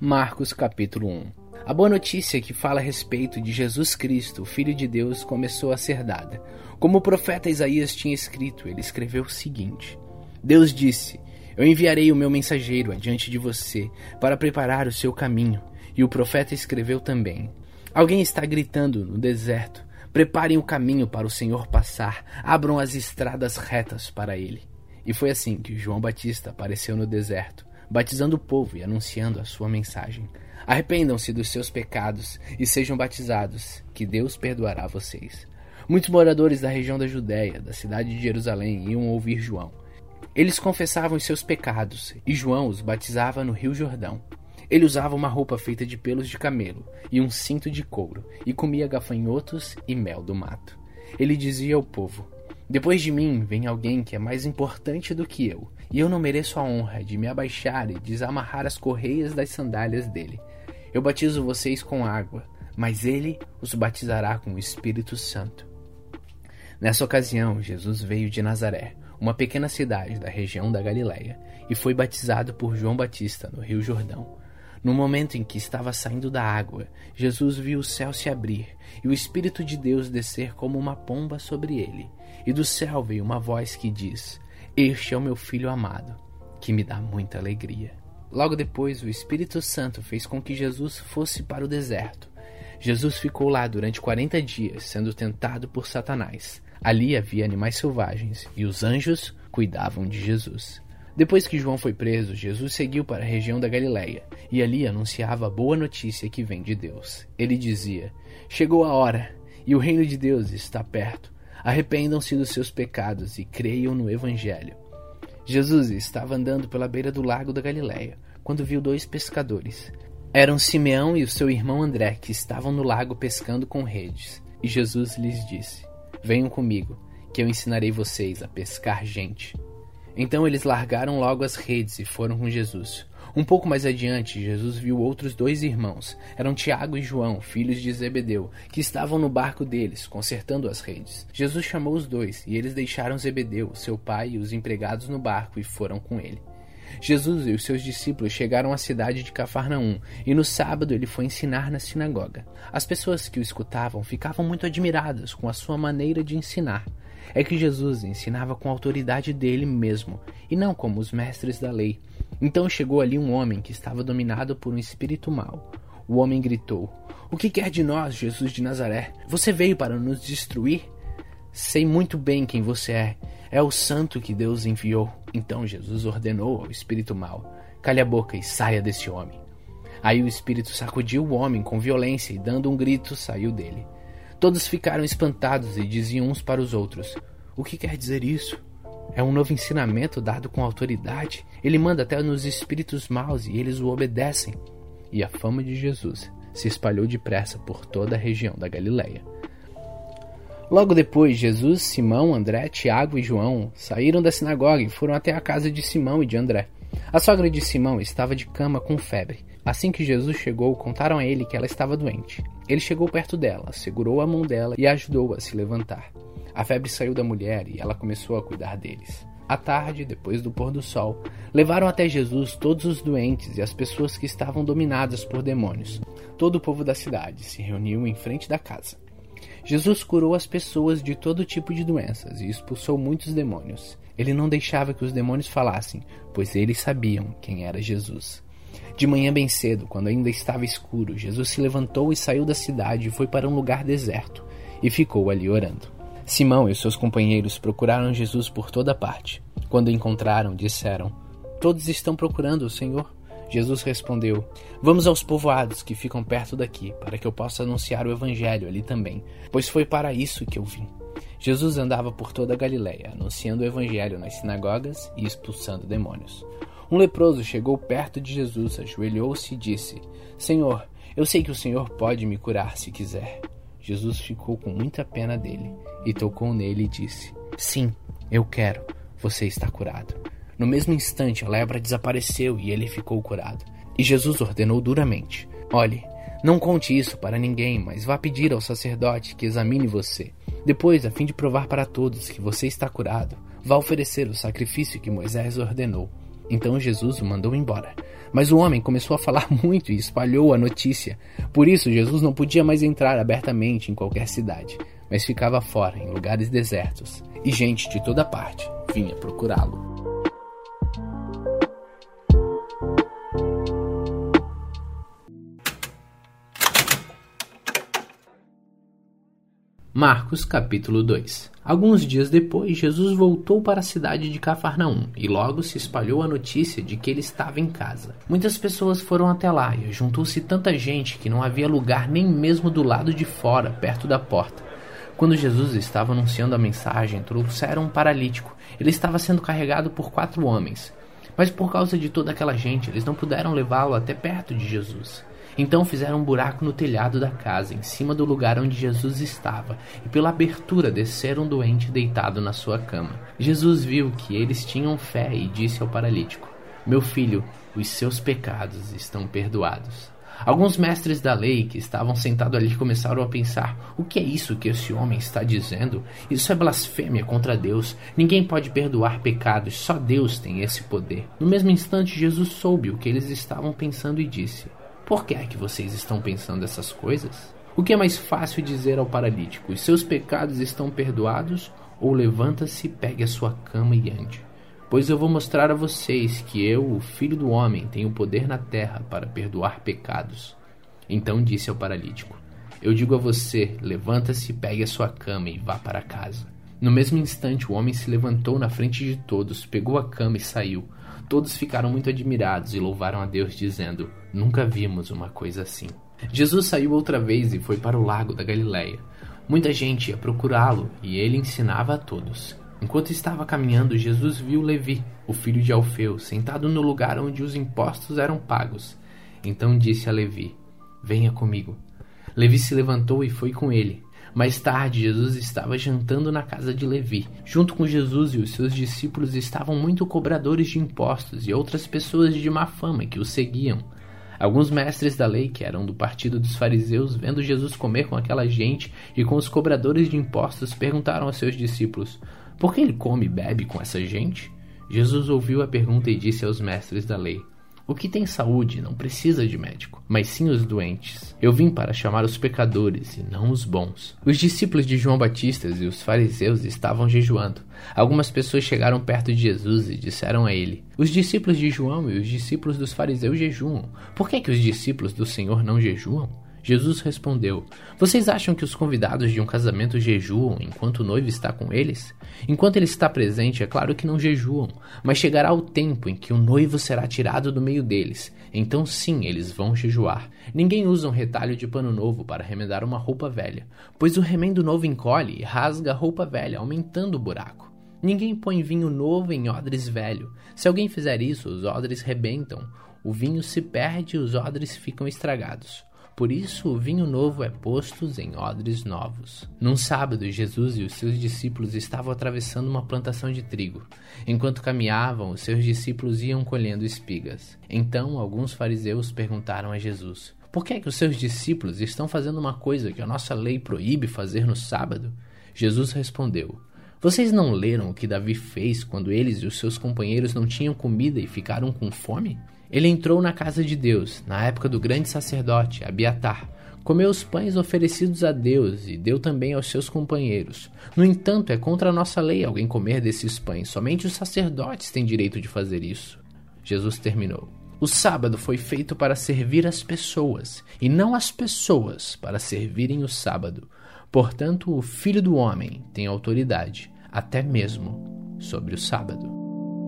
Marcos capítulo 1. A boa notícia que fala a respeito de Jesus Cristo, o Filho de Deus, começou a ser dada. Como o profeta Isaías tinha escrito, ele escreveu o seguinte: Deus disse: Eu enviarei o meu mensageiro adiante de você para preparar o seu caminho. E o profeta escreveu também: Alguém está gritando no deserto: Preparem o caminho para o Senhor passar, abram as estradas retas para ele. E foi assim que João Batista apareceu no deserto, batizando o povo e anunciando a sua mensagem. Arrependam-se dos seus pecados e sejam batizados, que Deus perdoará vocês. Muitos moradores da região da Judéia, da cidade de Jerusalém, iam ouvir João. Eles confessavam os seus pecados, e João os batizava no Rio Jordão. Ele usava uma roupa feita de pelos de camelo e um cinto de couro, e comia gafanhotos e mel do mato. Ele dizia ao povo: Depois de mim vem alguém que é mais importante do que eu, e eu não mereço a honra de me abaixar e desamarrar as correias das sandálias dele. Eu batizo vocês com água, mas ele os batizará com o Espírito Santo. Nessa ocasião, Jesus veio de Nazaré, uma pequena cidade da região da Galileia, e foi batizado por João Batista no Rio Jordão. No momento em que estava saindo da água, Jesus viu o céu se abrir e o Espírito de Deus descer como uma pomba sobre ele. E do céu veio uma voz que diz: Este é o meu Filho amado, que me dá muita alegria. Logo depois, o Espírito Santo fez com que Jesus fosse para o deserto. Jesus ficou lá durante 40 dias, sendo tentado por Satanás. Ali havia animais selvagens e os anjos cuidavam de Jesus. Depois que João foi preso, Jesus seguiu para a região da Galileia e ali anunciava a boa notícia que vem de Deus. Ele dizia: Chegou a hora e o reino de Deus está perto. Arrependam-se dos seus pecados e creiam no Evangelho. Jesus estava andando pela beira do lago da Galileia quando viu 2 pescadores. Eram Simeão e o seu irmão André, que estavam no lago pescando com redes. E Jesus lhes disse: Venham comigo, que eu ensinarei vocês a pescar gente. Então eles largaram logo as redes e foram com Jesus. Um pouco mais adiante, Jesus viu outros 2 irmãos. Eram Tiago e João, filhos de Zebedeu, que estavam no barco deles, consertando as redes. Jesus chamou os 2, e eles deixaram Zebedeu, seu pai, e os empregados no barco e foram com ele. Jesus e os seus discípulos chegaram à cidade de Cafarnaum, e no sábado ele foi ensinar na sinagoga. As pessoas que o escutavam ficavam muito admiradas com a sua maneira de ensinar. É que Jesus ensinava com a autoridade dele mesmo, e não como os mestres da lei. Então chegou ali um homem que estava dominado por um espírito mau. O homem gritou: O que quer de nós, Jesus de Nazaré? Você veio para nos destruir? Sei muito bem quem você é. É o santo que Deus enviou. Então Jesus ordenou ao espírito mau: Cale a boca e saia desse homem. Aí o espírito sacudiu o homem com violência e, dando um grito, saiu dele. Todos ficaram espantados e diziam uns para os outros: O que quer dizer isso? É um novo ensinamento dado com autoridade. Ele manda até nos espíritos maus e eles o obedecem. E a fama de Jesus se espalhou depressa por toda a região da Galileia. Logo depois, Jesus, Simão, André, Tiago e João saíram da sinagoga e foram até a casa de Simão e de André. A sogra de Simão estava de cama com febre. Assim que Jesus chegou, contaram a ele que ela estava doente. Ele chegou perto dela, segurou a mão dela e a ajudou a se levantar. A febre saiu da mulher e ela começou a cuidar deles. À tarde, depois do pôr do sol, levaram até Jesus todos os doentes e as pessoas que estavam dominadas por demônios. Todo o povo da cidade se reuniu em frente da casa. Jesus curou as pessoas de todo tipo de doenças e expulsou muitos demônios. Ele não deixava que os demônios falassem, pois eles sabiam quem era Jesus. De manhã bem cedo, quando ainda estava escuro, Jesus se levantou e saiu da cidade e foi para um lugar deserto, e ficou ali orando. Simão e os seus companheiros procuraram Jesus por toda parte. Quando o encontraram, disseram: Todos estão procurando o Senhor. Jesus respondeu: Vamos aos povoados que ficam perto daqui, para que eu possa anunciar o Evangelho ali também, pois foi para isso que eu vim. Jesus andava por toda a Galileia, anunciando o Evangelho nas sinagogas e expulsando demônios. Um leproso chegou perto de Jesus, ajoelhou-se e disse: Senhor, eu sei que o Senhor pode me curar se quiser. Jesus ficou com muita pena dele e tocou nele e disse: Sim, eu quero, você está curado. No mesmo instante a lepra desapareceu e ele ficou curado. E Jesus ordenou duramente: Olhe, não conte isso para ninguém, mas vá pedir ao sacerdote que examine você. Depois, a fim de provar para todos que você está curado, vá oferecer o sacrifício que Moisés ordenou: Então Jesus o mandou embora. Mas o homem começou a falar muito e espalhou a notícia. Por isso, Jesus não podia mais entrar abertamente em qualquer cidade, mas ficava fora, em lugares desertos. E gente de toda parte vinha procurá-lo. Marcos capítulo 2. Alguns dias depois, Jesus voltou para a cidade de Cafarnaum e logo se espalhou a notícia de que ele estava em casa. Muitas pessoas foram até lá e juntou-se tanta gente que não havia lugar nem mesmo do lado de fora, perto da porta. Quando Jesus estava anunciando a mensagem, trouxeram um paralítico. Ele estava sendo carregado por 4 homens. Mas por causa de toda aquela gente, eles não puderam levá-lo até perto de Jesus. Então fizeram um buraco no telhado da casa, em cima do lugar onde Jesus estava, e pela abertura desceram um doente deitado na sua cama. Jesus viu que eles tinham fé e disse ao paralítico: "Meu filho, os seus pecados estão perdoados." Alguns mestres da lei que estavam sentados ali começaram a pensar: o que é isso que esse homem está dizendo? Isso é blasfêmia contra Deus. Ninguém pode perdoar pecados, só Deus tem esse poder. No mesmo instante, Jesus soube o que eles estavam pensando e disse: "Por que é que vocês estão pensando essas coisas? O que é mais fácil dizer ao paralítico: os seus pecados estão perdoados, ou levanta-se, pegue a sua cama e ande? Pois eu vou mostrar a vocês que eu, o Filho do Homem, tenho poder na terra para perdoar pecados." Então disse ao paralítico: "Eu digo a você, levanta-se, pegue a sua cama e vá para casa." No mesmo instante, o homem se levantou na frente de todos, pegou a cama e saiu. Todos ficaram muito admirados e louvaram a Deus, dizendo: "Nunca vimos uma coisa assim." Jesus saiu outra vez e foi para o lago da Galileia. Muita gente ia procurá-lo e ele ensinava a todos. Enquanto estava caminhando, Jesus viu Levi, o filho de Alfeu, sentado no lugar onde os impostos eram pagos. Então disse a Levi: "Venha comigo." Levi se levantou e foi com ele. Mais tarde, Jesus estava jantando na casa de Levi. Junto com Jesus e os seus discípulos estavam muitos cobradores de impostos e outras pessoas de má fama que o seguiam. Alguns mestres da lei, que eram do partido dos fariseus, vendo Jesus comer com aquela gente e com os cobradores de impostos, perguntaram aos seus discípulos: "Por que ele come e bebe com essa gente?" Jesus ouviu a pergunta e disse aos mestres da lei: "O que tem saúde não precisa de médico, mas sim os doentes. Eu vim para chamar os pecadores e não os bons." Os discípulos de João Batista e os fariseus estavam jejuando. Algumas pessoas chegaram perto de Jesus e disseram a ele: "Os discípulos de João e os discípulos dos fariseus jejuam. Por que os discípulos do Senhor não jejuam?" Jesus respondeu: "Vocês acham que os convidados de um casamento jejuam enquanto o noivo está com eles? Enquanto ele está presente, é claro que não jejuam, mas chegará o tempo em que o noivo será tirado do meio deles. Então sim, eles vão jejuar. Ninguém usa um retalho de pano novo para remendar uma roupa velha, pois o remendo novo encolhe e rasga a roupa velha, aumentando o buraco. Ninguém põe vinho novo em odres velho. Se alguém fizer isso, os odres rebentam, o vinho se perde e os odres ficam estragados. Por isso, o vinho novo é posto em odres novos." Num sábado, Jesus e os seus discípulos estavam atravessando uma plantação de trigo. Enquanto caminhavam, os seus discípulos iam colhendo espigas. Então, alguns fariseus perguntaram a Jesus: "Por que os seus discípulos estão fazendo uma coisa que a nossa lei proíbe fazer no sábado?" Jesus respondeu: "Vocês não leram o que Davi fez quando eles e os seus companheiros não tinham comida e ficaram com fome? Ele entrou na casa de Deus, na época do grande sacerdote, Abiatar, comeu os pães oferecidos a Deus e deu também aos seus companheiros. No entanto, é contra a nossa lei alguém comer desses pães. Somente os sacerdotes têm direito de fazer isso." Jesus terminou: "O sábado foi feito para servir as pessoas, e não as pessoas para servirem o sábado. Portanto, o Filho do Homem tem autoridade, até mesmo sobre o sábado."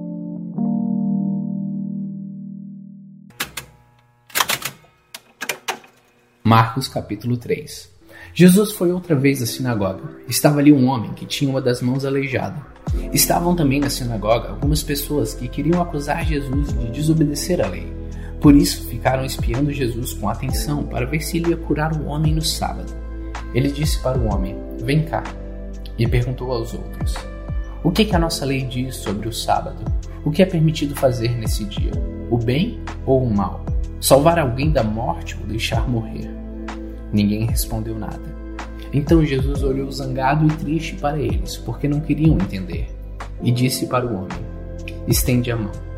Marcos capítulo 3. Jesus foi outra vez à sinagoga. Estava ali um homem que tinha uma das mãos aleijada. Estavam também na sinagoga algumas pessoas que queriam acusar Jesus de desobedecer à lei. Por isso ficaram espiando Jesus com atenção para ver se ele ia curar um homem no sábado. Ele disse para o homem: "Vem cá." E perguntou aos outros: "O que a nossa lei diz sobre o sábado? O que é permitido fazer nesse dia? O bem ou o mal? Salvar alguém da morte ou deixar morrer?" Ninguém respondeu nada. Então Jesus olhou zangado e triste para eles, porque não queriam entender, e disse para o homem: "Estende a mão."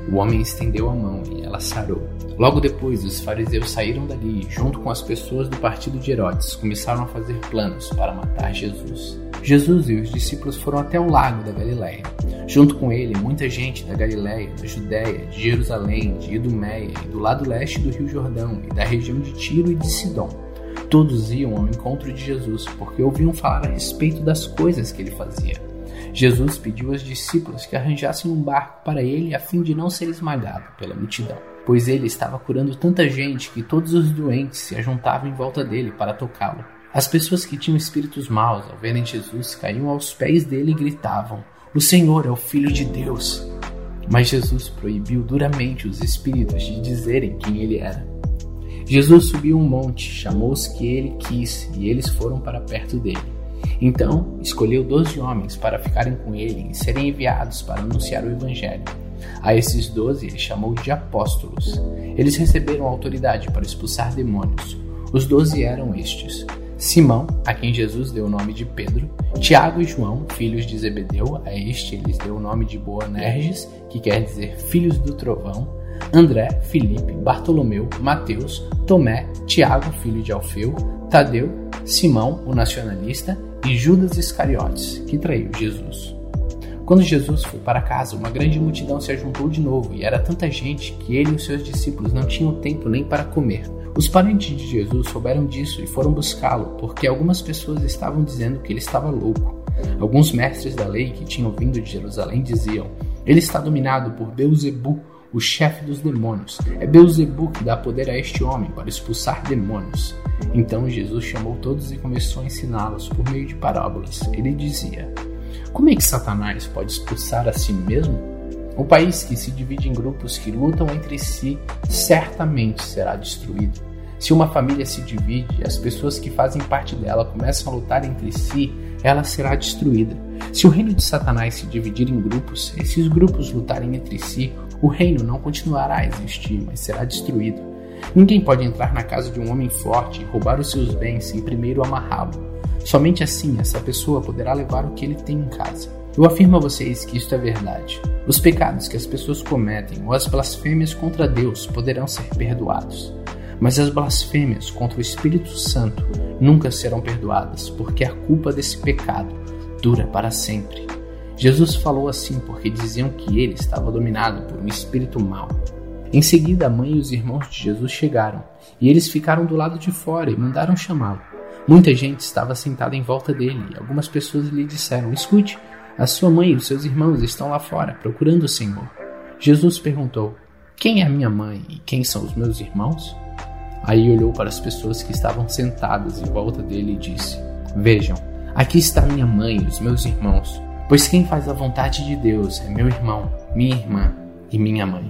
O homem estendeu a mão e ela sarou. Logo depois, os fariseus saíram dali e, junto com as pessoas do partido de Herodes, começaram a fazer planos para matar Jesus. Jesus e os discípulos foram até o lago da Galileia. Junto com ele, muita gente da Galileia, da Judéia, de Jerusalém, de Idumeia e do lado leste do Rio Jordão e da região de Tiro e de Sidom. Todos iam ao encontro de Jesus porque ouviam falar a respeito das coisas que ele fazia. Jesus pediu aos discípulos que arranjassem um barco para ele a fim de não ser esmagado pela multidão, pois ele estava curando tanta gente que todos os doentes se ajuntavam em volta dele para tocá-lo. As pessoas que tinham espíritos maus, ao verem Jesus, caíam aos pés dele e gritavam: "O Senhor é o Filho de Deus!" Mas Jesus proibiu duramente os espíritos de dizerem quem ele era. Jesus subiu um monte, chamou os que ele quis, e eles foram para perto dele. Então, escolheu 12 homens para ficarem com ele e serem enviados para anunciar o Evangelho. A esses 12 ele chamou de apóstolos. Eles receberam autoridade para expulsar demônios. Os 12 eram estes: Simão, a quem Jesus deu o nome de Pedro; Tiago e João, filhos de Zebedeu, a este eles deu o nome de Boanerges, que quer dizer filhos do trovão; André, Filipe, Bartolomeu, Mateus, Tomé, Tiago, filho de Alfeu, Tadeu, Simão, o nacionalista, e Judas Iscariotes, que traiu Jesus. Quando Jesus foi para casa, uma grande multidão se ajuntou de novo, e era tanta gente que ele e os seus discípulos não tinham tempo nem para comer. Os parentes de Jesus souberam disso e foram buscá-lo, porque algumas pessoas estavam dizendo que ele estava louco. Alguns mestres da lei que tinham vindo de Jerusalém diziam: "Ele está dominado por Beelzebu, o chefe dos demônios. É Beelzebu que dá poder a este homem para expulsar demônios." Então Jesus chamou todos e começou a ensiná-los por meio de parábolas. Ele dizia: "Como é que Satanás pode expulsar a si mesmo? O país que se divide em grupos que lutam entre si certamente será destruído. Se uma família se divide e as pessoas que fazem parte dela começam a lutar entre si, ela será destruída. Se o reino de Satanás se dividir em grupos, e esses grupos lutarem entre si, o reino não continuará a existir, mas será destruído. Ninguém pode entrar na casa de um homem forte e roubar os seus bens sem primeiro amarrá-lo. Somente assim essa pessoa poderá levar o que ele tem em casa. Eu afirmo a vocês que isto é verdade. Os pecados que as pessoas cometem ou as blasfêmias contra Deus poderão ser perdoados. Mas as blasfêmias contra o Espírito Santo nunca serão perdoadas, porque a culpa desse pecado dura para sempre." Jesus falou assim porque diziam que ele estava dominado por um espírito mau. Em seguida, a mãe e os irmãos de Jesus chegaram, e eles ficaram do lado de fora e mandaram chamá-lo. Muita gente estava sentada em volta dele, e algumas pessoas lhe disseram: "Escute, a sua mãe e os seus irmãos estão lá fora, procurando o Senhor." Jesus perguntou: "Quem é a minha mãe e quem são os meus irmãos?" Aí olhou para as pessoas que estavam sentadas em volta dele e disse: "Vejam, aqui está minha mãe e os meus irmãos, pois quem faz a vontade de Deus é meu irmão, minha irmã e minha mãe."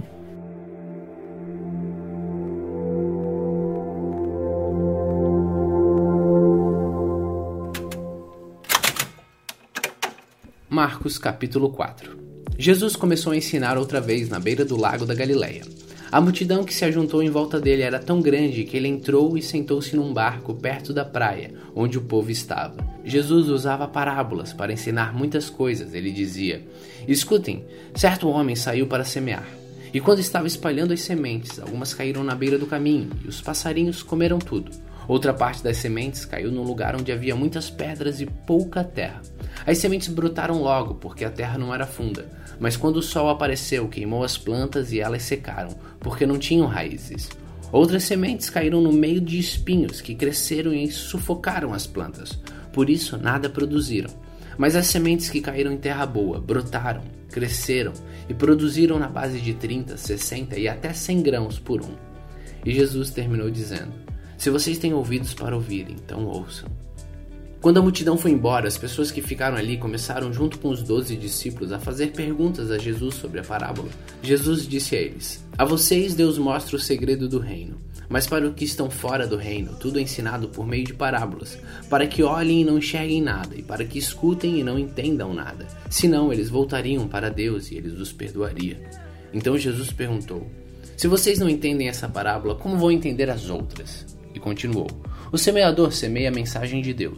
Marcos capítulo 4. Jesus começou a ensinar outra vez na beira do lago da Galileia. A multidão que se ajuntou em volta dele era tão grande que ele entrou e sentou-se num barco perto da praia, onde o povo estava. Jesus usava parábolas para ensinar muitas coisas. Ele dizia: "Escutem, certo homem saiu para semear. E quando estava espalhando as sementes, algumas caíram na beira do caminho, e os passarinhos comeram tudo. Outra parte das sementes caiu num lugar onde havia muitas pedras e pouca terra. As sementes brotaram logo, porque a terra não era funda. Mas quando o sol apareceu, queimou as plantas e elas secaram, porque não tinham raízes. Outras sementes caíram no meio de espinhos, que cresceram e sufocaram as plantas. Por isso, nada produziram. Mas as sementes que caíram em terra boa brotaram, cresceram e produziram na base de 30, 60 e até 100 grãos por um." E Jesus terminou dizendo: "Se vocês têm ouvidos para ouvir, então ouçam." Quando a multidão foi embora, as pessoas que ficaram ali começaram, junto com os 12 discípulos, a fazer perguntas a Jesus sobre a parábola. Jesus disse a eles: "A vocês Deus mostra o segredo do reino, mas para os que estão fora do reino, tudo é ensinado por meio de parábolas, para que olhem e não enxerguem nada, e para que escutem e não entendam nada. Senão eles voltariam para Deus e ele os perdoaria." Então Jesus perguntou: "Se vocês não entendem essa parábola, como vão entender as outras?" E continuou: "O semeador semeia a mensagem de Deus.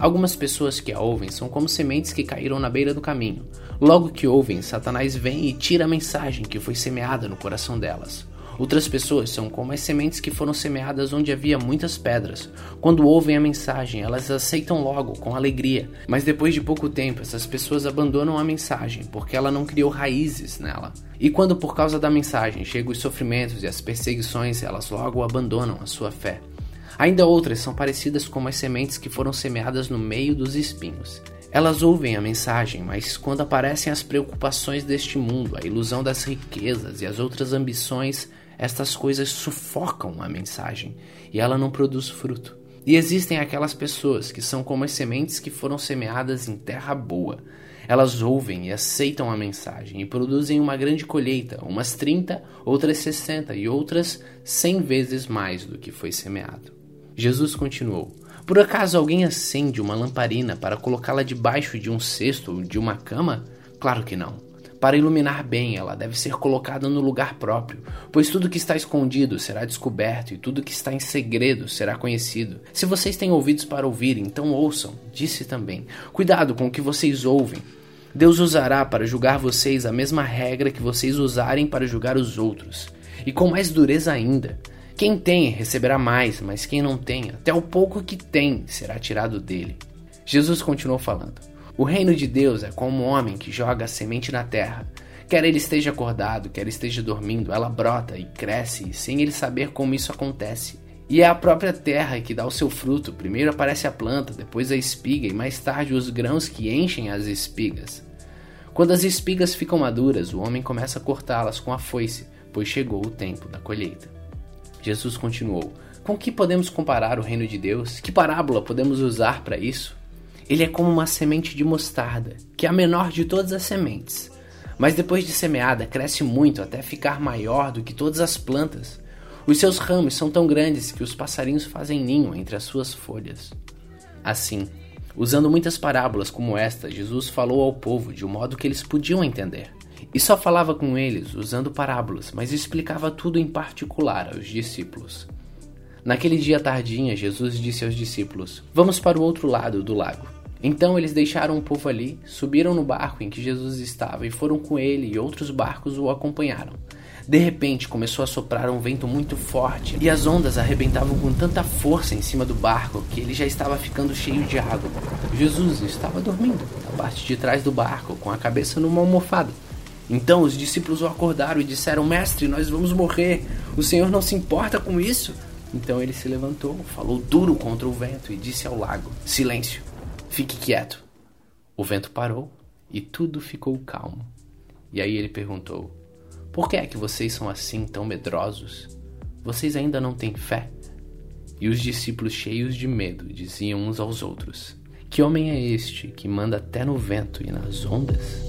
Algumas pessoas que a ouvem são como sementes que caíram na beira do caminho. Logo que ouvem, Satanás vem e tira a mensagem que foi semeada no coração delas. Outras pessoas são como as sementes que foram semeadas onde havia muitas pedras. Quando ouvem a mensagem, elas aceitam logo, com alegria. Mas depois de pouco tempo, essas pessoas abandonam a mensagem, porque ela não criou raízes nela. E quando por causa da mensagem chegam os sofrimentos e as perseguições, elas logo abandonam a sua fé. Ainda outras são parecidas com as sementes que foram semeadas no meio dos espinhos. Elas ouvem a mensagem, mas quando aparecem as preocupações deste mundo, a ilusão das riquezas e as outras ambições, estas coisas sufocam a mensagem e ela não produz fruto. E existem aquelas pessoas que são como as sementes que foram semeadas em terra boa. Elas ouvem e aceitam a mensagem e produzem uma grande colheita, umas 30, outras 60 e outras 100 vezes mais do que foi semeado. Jesus continuou: por acaso alguém acende uma lamparina para colocá-la debaixo de um cesto ou de uma cama? Claro que não. Para iluminar bem, ela deve ser colocada no lugar próprio, pois tudo que está escondido será descoberto e tudo que está em segredo será conhecido. Se vocês têm ouvidos para ouvir, então ouçam. Disse também: cuidado com o que vocês ouvem. Deus usará para julgar vocês a mesma regra que vocês usarem para julgar os outros, e com mais dureza ainda. Quem tem receberá mais, mas quem não tem, até o pouco que tem será tirado dele. Jesus continuou falando: o reino de Deus é como um homem que joga a semente na terra. Quer ele esteja acordado, quer esteja dormindo, ela brota e cresce, sem ele saber como isso acontece. E é a própria terra que dá o seu fruto. Primeiro aparece a planta, depois a espiga e mais tarde os grãos que enchem as espigas. Quando as espigas ficam maduras, o homem começa a cortá-las com a foice, pois chegou o tempo da colheita. Jesus continuou: com que podemos comparar o reino de Deus? Que parábola podemos usar para isso? Ele é como uma semente de mostarda, que é a menor de todas as sementes. Mas depois de semeada, cresce muito até ficar maior do que todas as plantas. Os seus ramos são tão grandes que os passarinhos fazem ninho entre as suas folhas. Assim, usando muitas parábolas como esta, Jesus falou ao povo de um modo que eles podiam entender. E só falava com eles usando parábolas, mas explicava tudo em particular aos discípulos. Naquele dia tardinha, Jesus disse aos discípulos: vamos para o outro lado do lago. Então eles deixaram o povo ali, subiram no barco em que Jesus estava e foram com ele, e outros barcos o acompanharam. De repente começou a soprar um vento muito forte e as ondas arrebentavam com tanta força em cima do barco que ele já estava ficando cheio de água. Jesus estava dormindo na parte de trás do barco, com a cabeça numa almofada. Então os discípulos o acordaram e disseram: mestre, nós vamos morrer, o Senhor não se importa com isso? Então ele se levantou, falou duro contra o vento e disse ao lago: silêncio, fique quieto. O vento parou e tudo ficou calmo. E aí ele perguntou: por que é que vocês são assim tão medrosos? Vocês ainda não têm fé? E os discípulos, cheios de medo, diziam uns aos outros: que homem é este que manda até no vento e nas ondas?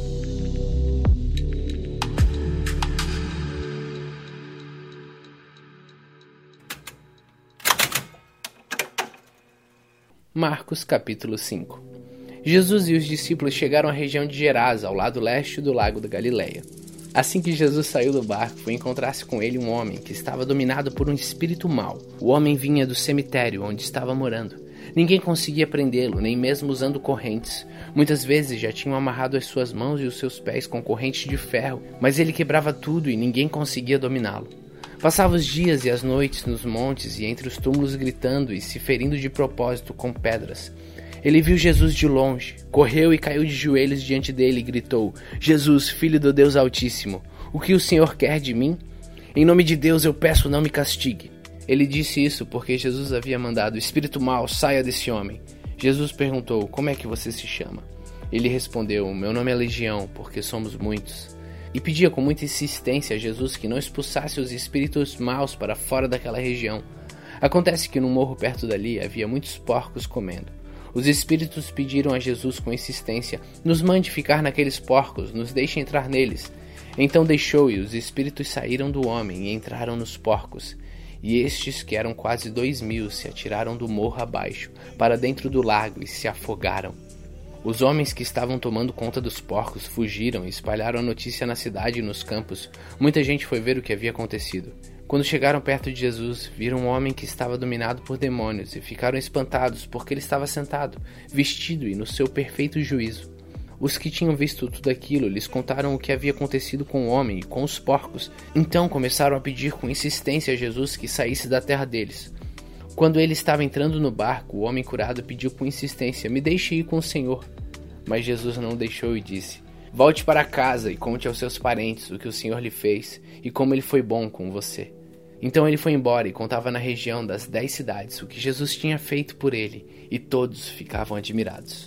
Marcos capítulo 5. Jesus e os discípulos chegaram à região de Gerasa, ao lado leste do lago da Galileia. Assim que Jesus saiu do barco, foi encontrar-se com ele um homem que estava dominado por um espírito mau. O homem vinha do cemitério onde estava morando. Ninguém conseguia prendê-lo, nem mesmo usando correntes. Muitas vezes já tinham amarrado as suas mãos e os seus pés com correntes de ferro, mas ele quebrava tudo e ninguém conseguia dominá-lo. Passava os dias e as noites nos montes e entre os túmulos gritando e se ferindo de propósito com pedras. Ele viu Jesus de longe, correu e caiu de joelhos diante dele e gritou: Jesus, Filho do Deus Altíssimo, o que o Senhor quer de mim? Em nome de Deus eu peço, não me castigue. Ele disse isso porque Jesus havia mandado: espírito mau, saia desse homem. Jesus perguntou: como é que você se chama? Ele respondeu: meu nome é Legião, porque somos muitos. E pedia com muita insistência a Jesus que não expulsasse os espíritos maus para fora daquela região. Acontece que num morro perto dali havia muitos porcos comendo. Os espíritos pediram a Jesus com insistência: nos mande ficar naqueles porcos, nos deixe entrar neles. Então deixou e os espíritos saíram do homem e entraram nos porcos. E estes, que eram quase 2.000, se atiraram do morro abaixo, para dentro do lago e se afogaram. Os homens que estavam tomando conta dos porcos fugiram e espalharam a notícia na cidade e nos campos. Muita gente foi ver o que havia acontecido. Quando chegaram perto de Jesus, viram um homem que estava dominado por demônios e ficaram espantados porque ele estava sentado, vestido e no seu perfeito juízo. Os que tinham visto tudo aquilo lhes contaram o que havia acontecido com o homem e com os porcos. Então começaram a pedir com insistência a Jesus que saísse da terra deles. Quando ele estava entrando no barco, o homem curado pediu com insistência: "Me deixe ir com o Senhor." Mas Jesus não deixou e disse: "Volte para casa e conte aos seus parentes o que o Senhor lhe fez e como ele foi bom com você." Então ele foi embora e contava na região das 10 cidades o que Jesus tinha feito por ele, e todos ficavam admirados.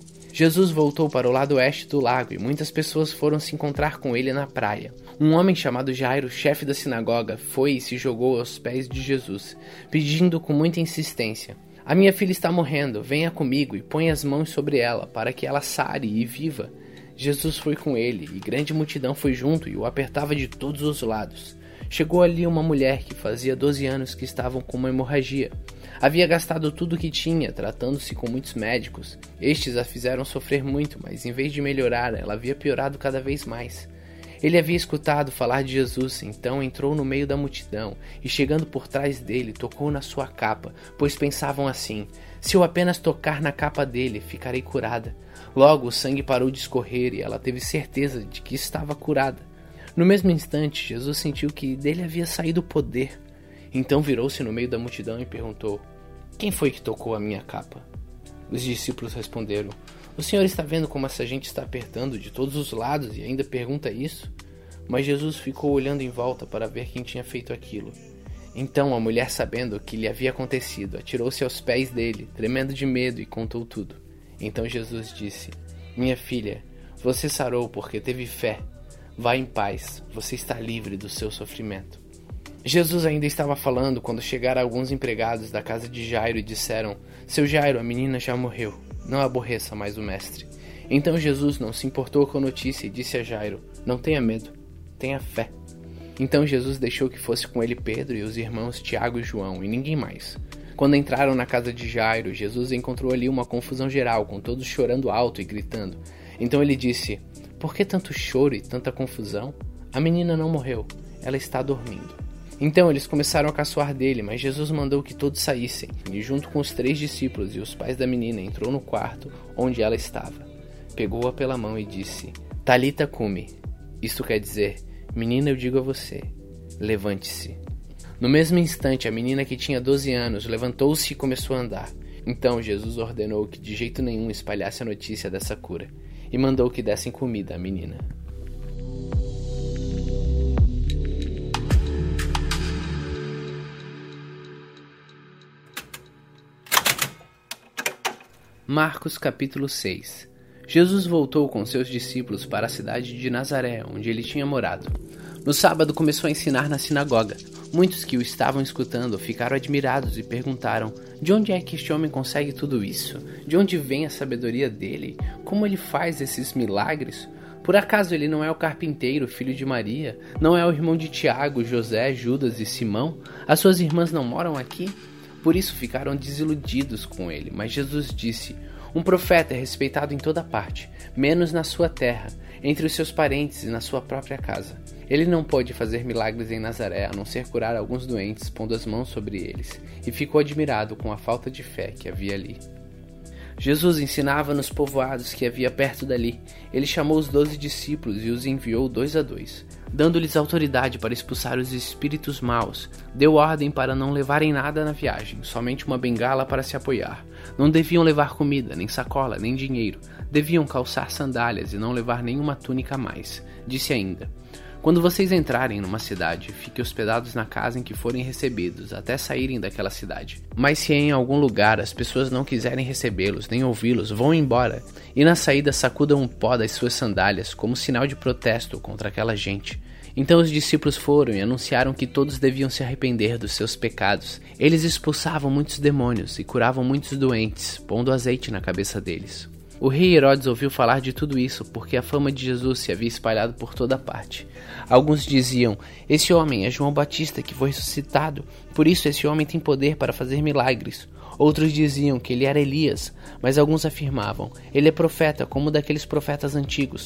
Jesus voltou para o lado oeste do lago e muitas pessoas foram se encontrar com ele na praia. Um homem chamado Jairo, chefe da sinagoga, foi e se jogou aos pés de Jesus, pedindo com muita insistência: "A minha filha está morrendo, venha comigo e põe as mãos sobre ela, para que ela sare e viva." Jesus foi com ele, e grande multidão foi junto e o apertava de todos os lados. Chegou ali uma mulher que fazia 12 anos que estava com uma hemorragia. Havia gastado tudo o que tinha, tratando-se com muitos médicos. Estes a fizeram sofrer muito, mas em vez de melhorar, ela havia piorado cada vez mais. Ele havia escutado falar de Jesus, então entrou no meio da multidão e, chegando por trás dele, tocou na sua capa, pois pensavam assim: "Se eu apenas tocar na capa dele, ficarei curada." Logo o sangue parou de escorrer e ela teve certeza de que estava curada. No mesmo instante, Jesus sentiu que dele havia saído o poder. Então virou-se no meio da multidão e perguntou: "Quem foi que tocou a minha capa?" Os discípulos responderam: "O Senhor está vendo como essa gente está apertando de todos os lados e ainda pergunta isso?" Mas Jesus ficou olhando em volta para ver quem tinha feito aquilo. Então a mulher, sabendo o que lhe havia acontecido, atirou-se aos pés dele, tremendo de medo, e contou tudo. Então Jesus disse: "Minha filha, você sarou porque teve fé. Vá em paz, você está livre do seu sofrimento." Jesus ainda estava falando quando chegaram alguns empregados da casa de Jairo e disseram: "Seu Jairo, a menina já morreu. Não aborreça mais o mestre." Então Jesus não se importou com a notícia e disse a Jairo: "Não tenha medo, tenha fé." Então Jesus deixou que fosse com ele Pedro e os irmãos Tiago e João, e ninguém mais. Quando entraram na casa de Jairo, Jesus encontrou ali uma confusão geral, com todos chorando alto e gritando. Então ele disse: "Por que tanto choro e tanta confusão? A menina não morreu, ela está dormindo." Então eles começaram a caçoar dele, mas Jesus mandou que todos saíssem, e junto com os 3 discípulos e os pais da menina entrou no quarto onde ela estava. Pegou-a pela mão e disse: "Talita cumi." Isto quer dizer: "Menina, eu digo a você, levante-se." No mesmo instante, a menina, que tinha 12 anos, levantou-se e começou a andar. Então Jesus ordenou que de jeito nenhum espalhasse a notícia dessa cura, e mandou que dessem comida à menina. Marcos capítulo 6. Jesus voltou com seus discípulos para a cidade de Nazaré, onde ele tinha morado. No sábado começou a ensinar na sinagoga. Muitos que o estavam escutando ficaram admirados e perguntaram: "De onde é que este homem consegue tudo isso? De onde vem a sabedoria dele? Como ele faz esses milagres? Por acaso ele não é o carpinteiro, filho de Maria? Não é o irmão de Tiago, José, Judas e Simão? As suas irmãs não moram aqui?" Por isso ficaram desiludidos com ele. Mas Jesus disse: "Um profeta é respeitado em toda parte, menos na sua terra, entre os seus parentes e na sua própria casa." Ele não pôde fazer milagres em Nazaré, a não ser curar alguns doentes, pondo as mãos sobre eles, e ficou admirado com a falta de fé que havia ali. Jesus ensinava nos povoados que havia perto dali. Ele chamou os 12 discípulos e os enviou 2 a 2, dando-lhes autoridade para expulsar os espíritos maus. Deu ordem para não levarem nada na viagem, somente uma bengala para se apoiar. Não deviam levar comida, nem sacola, nem dinheiro. Deviam calçar sandálias e não levar nenhuma túnica a mais. Disse ainda: "Quando vocês entrarem numa cidade, fiquem hospedados na casa em que forem recebidos, até saírem daquela cidade. Mas se em algum lugar as pessoas não quiserem recebê-los, nem ouvi-los, vão embora. E na saída sacudam o pó das suas sandálias, como sinal de protesto contra aquela gente." Então os discípulos foram e anunciaram que todos deviam se arrepender dos seus pecados. Eles expulsavam muitos demônios e curavam muitos doentes, pondo azeite na cabeça deles. O rei Herodes ouviu falar de tudo isso, porque a fama de Jesus se havia espalhado por toda parte. Alguns diziam: "Esse homem é João Batista que foi ressuscitado, por isso esse homem tem poder para fazer milagres." Outros diziam que ele era Elias, mas alguns afirmavam: "Ele é profeta, como daqueles profetas antigos."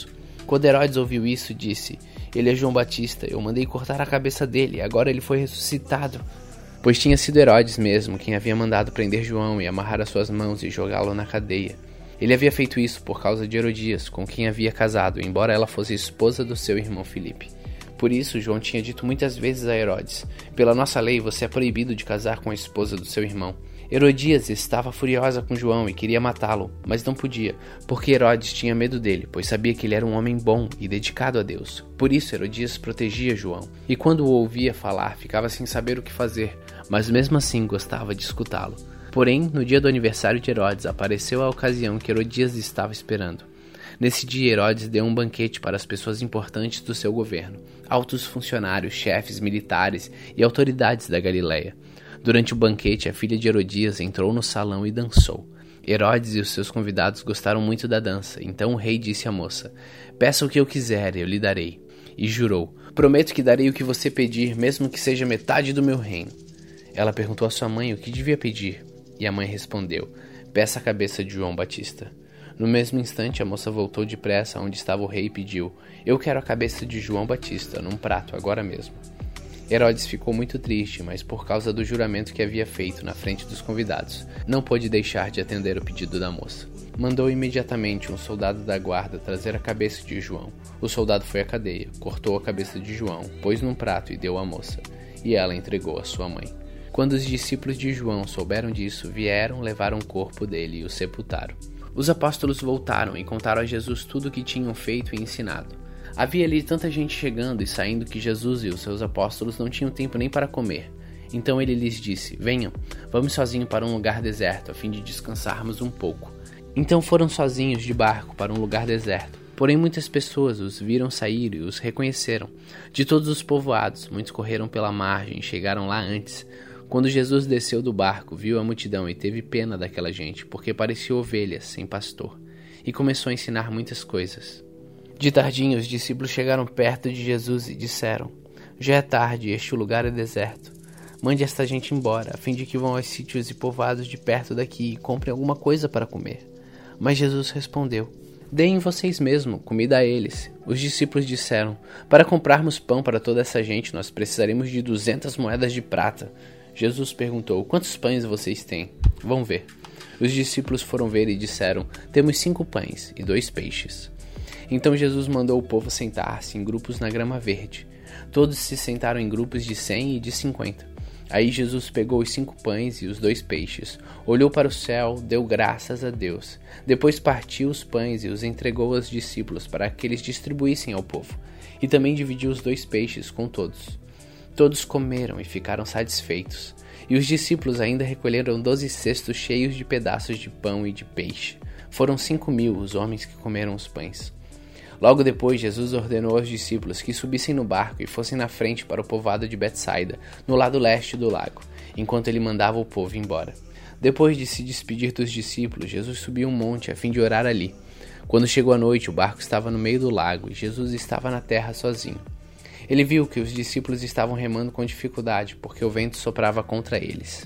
Quando Herodes ouviu isso, disse: ele é João Batista, eu mandei cortar a cabeça dele, agora ele foi ressuscitado. Pois tinha sido Herodes mesmo quem havia mandado prender João e amarrar as suas mãos e jogá-lo na cadeia. Ele havia feito isso por causa de Herodias, com quem havia casado, embora ela fosse esposa do seu irmão Filipe. Por isso, João tinha dito muitas vezes a Herodes: pela nossa lei, você é proibido de casar com a esposa do seu irmão. Herodias estava furiosa com João e queria matá-lo, mas não podia, porque Herodes tinha medo dele, pois sabia que ele era um homem bom e dedicado a Deus. Por isso, Herodias protegia João, e quando o ouvia falar, ficava sem saber o que fazer, mas mesmo assim gostava de escutá-lo. Porém, no dia do aniversário de Herodes, apareceu a ocasião que Herodias estava esperando. Nesse dia, Herodes deu um banquete para as pessoas importantes do seu governo, altos funcionários, chefes militares e autoridades da Galileia. Durante o banquete, a filha de Herodias entrou no salão e dançou. Herodes e os seus convidados gostaram muito da dança, então o rei disse à moça: peça o que eu quiser, eu lhe darei. E jurou: prometo que darei o que você pedir, mesmo que seja metade do meu reino. Ela perguntou à sua mãe o que devia pedir, e a mãe respondeu: peça a cabeça de João Batista. No mesmo instante, a moça voltou depressa onde estava o rei e pediu: eu quero a cabeça de João Batista, num prato, agora mesmo. Herodes ficou muito triste, mas por causa do juramento que havia feito na frente dos convidados, não pôde deixar de atender o pedido da moça. Mandou imediatamente um soldado da guarda trazer a cabeça de João. O soldado foi à cadeia, cortou a cabeça de João, pôs num prato e deu à moça, e ela entregou à sua mãe. Quando os discípulos de João souberam disso, vieram, levaram o corpo dele e o sepultaram. Os apóstolos voltaram e contaram a Jesus tudo o que tinham feito e ensinado. Havia ali tanta gente chegando e saindo que Jesus e os seus apóstolos não tinham tempo nem para comer. Então ele lhes disse: venham, vamos sozinhos para um lugar deserto, a fim de descansarmos um pouco. Então foram sozinhos de barco para um lugar deserto. Porém muitas pessoas os viram sair e os reconheceram. De todos os povoados, muitos correram pela margem e chegaram lá antes. Quando Jesus desceu do barco, viu a multidão e teve pena daquela gente, porque pareciam ovelhas sem pastor, e começou a ensinar muitas coisas. De tardinha, os discípulos chegaram perto de Jesus e disseram: já é tarde e este lugar é deserto. Mande esta gente embora, a fim de que vão aos sítios e povoados de perto daqui e comprem alguma coisa para comer. Mas Jesus respondeu: deem vocês mesmos comida a eles. Os discípulos disseram: para comprarmos pão para toda essa gente, nós precisaremos de 200 moedas de prata. Jesus perguntou: quantos pães vocês têm? Vão ver. Os discípulos foram ver e disseram: temos 5 pães e 2 peixes. Então Jesus mandou o povo sentar-se em grupos na grama verde. Todos se sentaram em grupos de 100 e de 50. Aí Jesus pegou os 5 pães e os 2 peixes, olhou para o céu, deu graças a Deus. Depois partiu os pães e os entregou aos discípulos para que eles distribuíssem ao povo. E também dividiu os 2 peixes com todos. Todos comeram e ficaram satisfeitos. E os discípulos ainda recolheram 12 cestos cheios de pedaços de pão e de peixe. Foram 5.000 os homens que comeram os pães. Logo depois, Jesus ordenou aos discípulos que subissem no barco e fossem na frente para o povoado de Betsaida, no lado leste do lago, enquanto ele mandava o povo embora. Depois de se despedir dos discípulos, Jesus subiu um monte a fim de orar ali. Quando chegou a noite, o barco estava no meio do lago e Jesus estava na terra sozinho. Ele viu que os discípulos estavam remando com dificuldade, porque o vento soprava contra eles.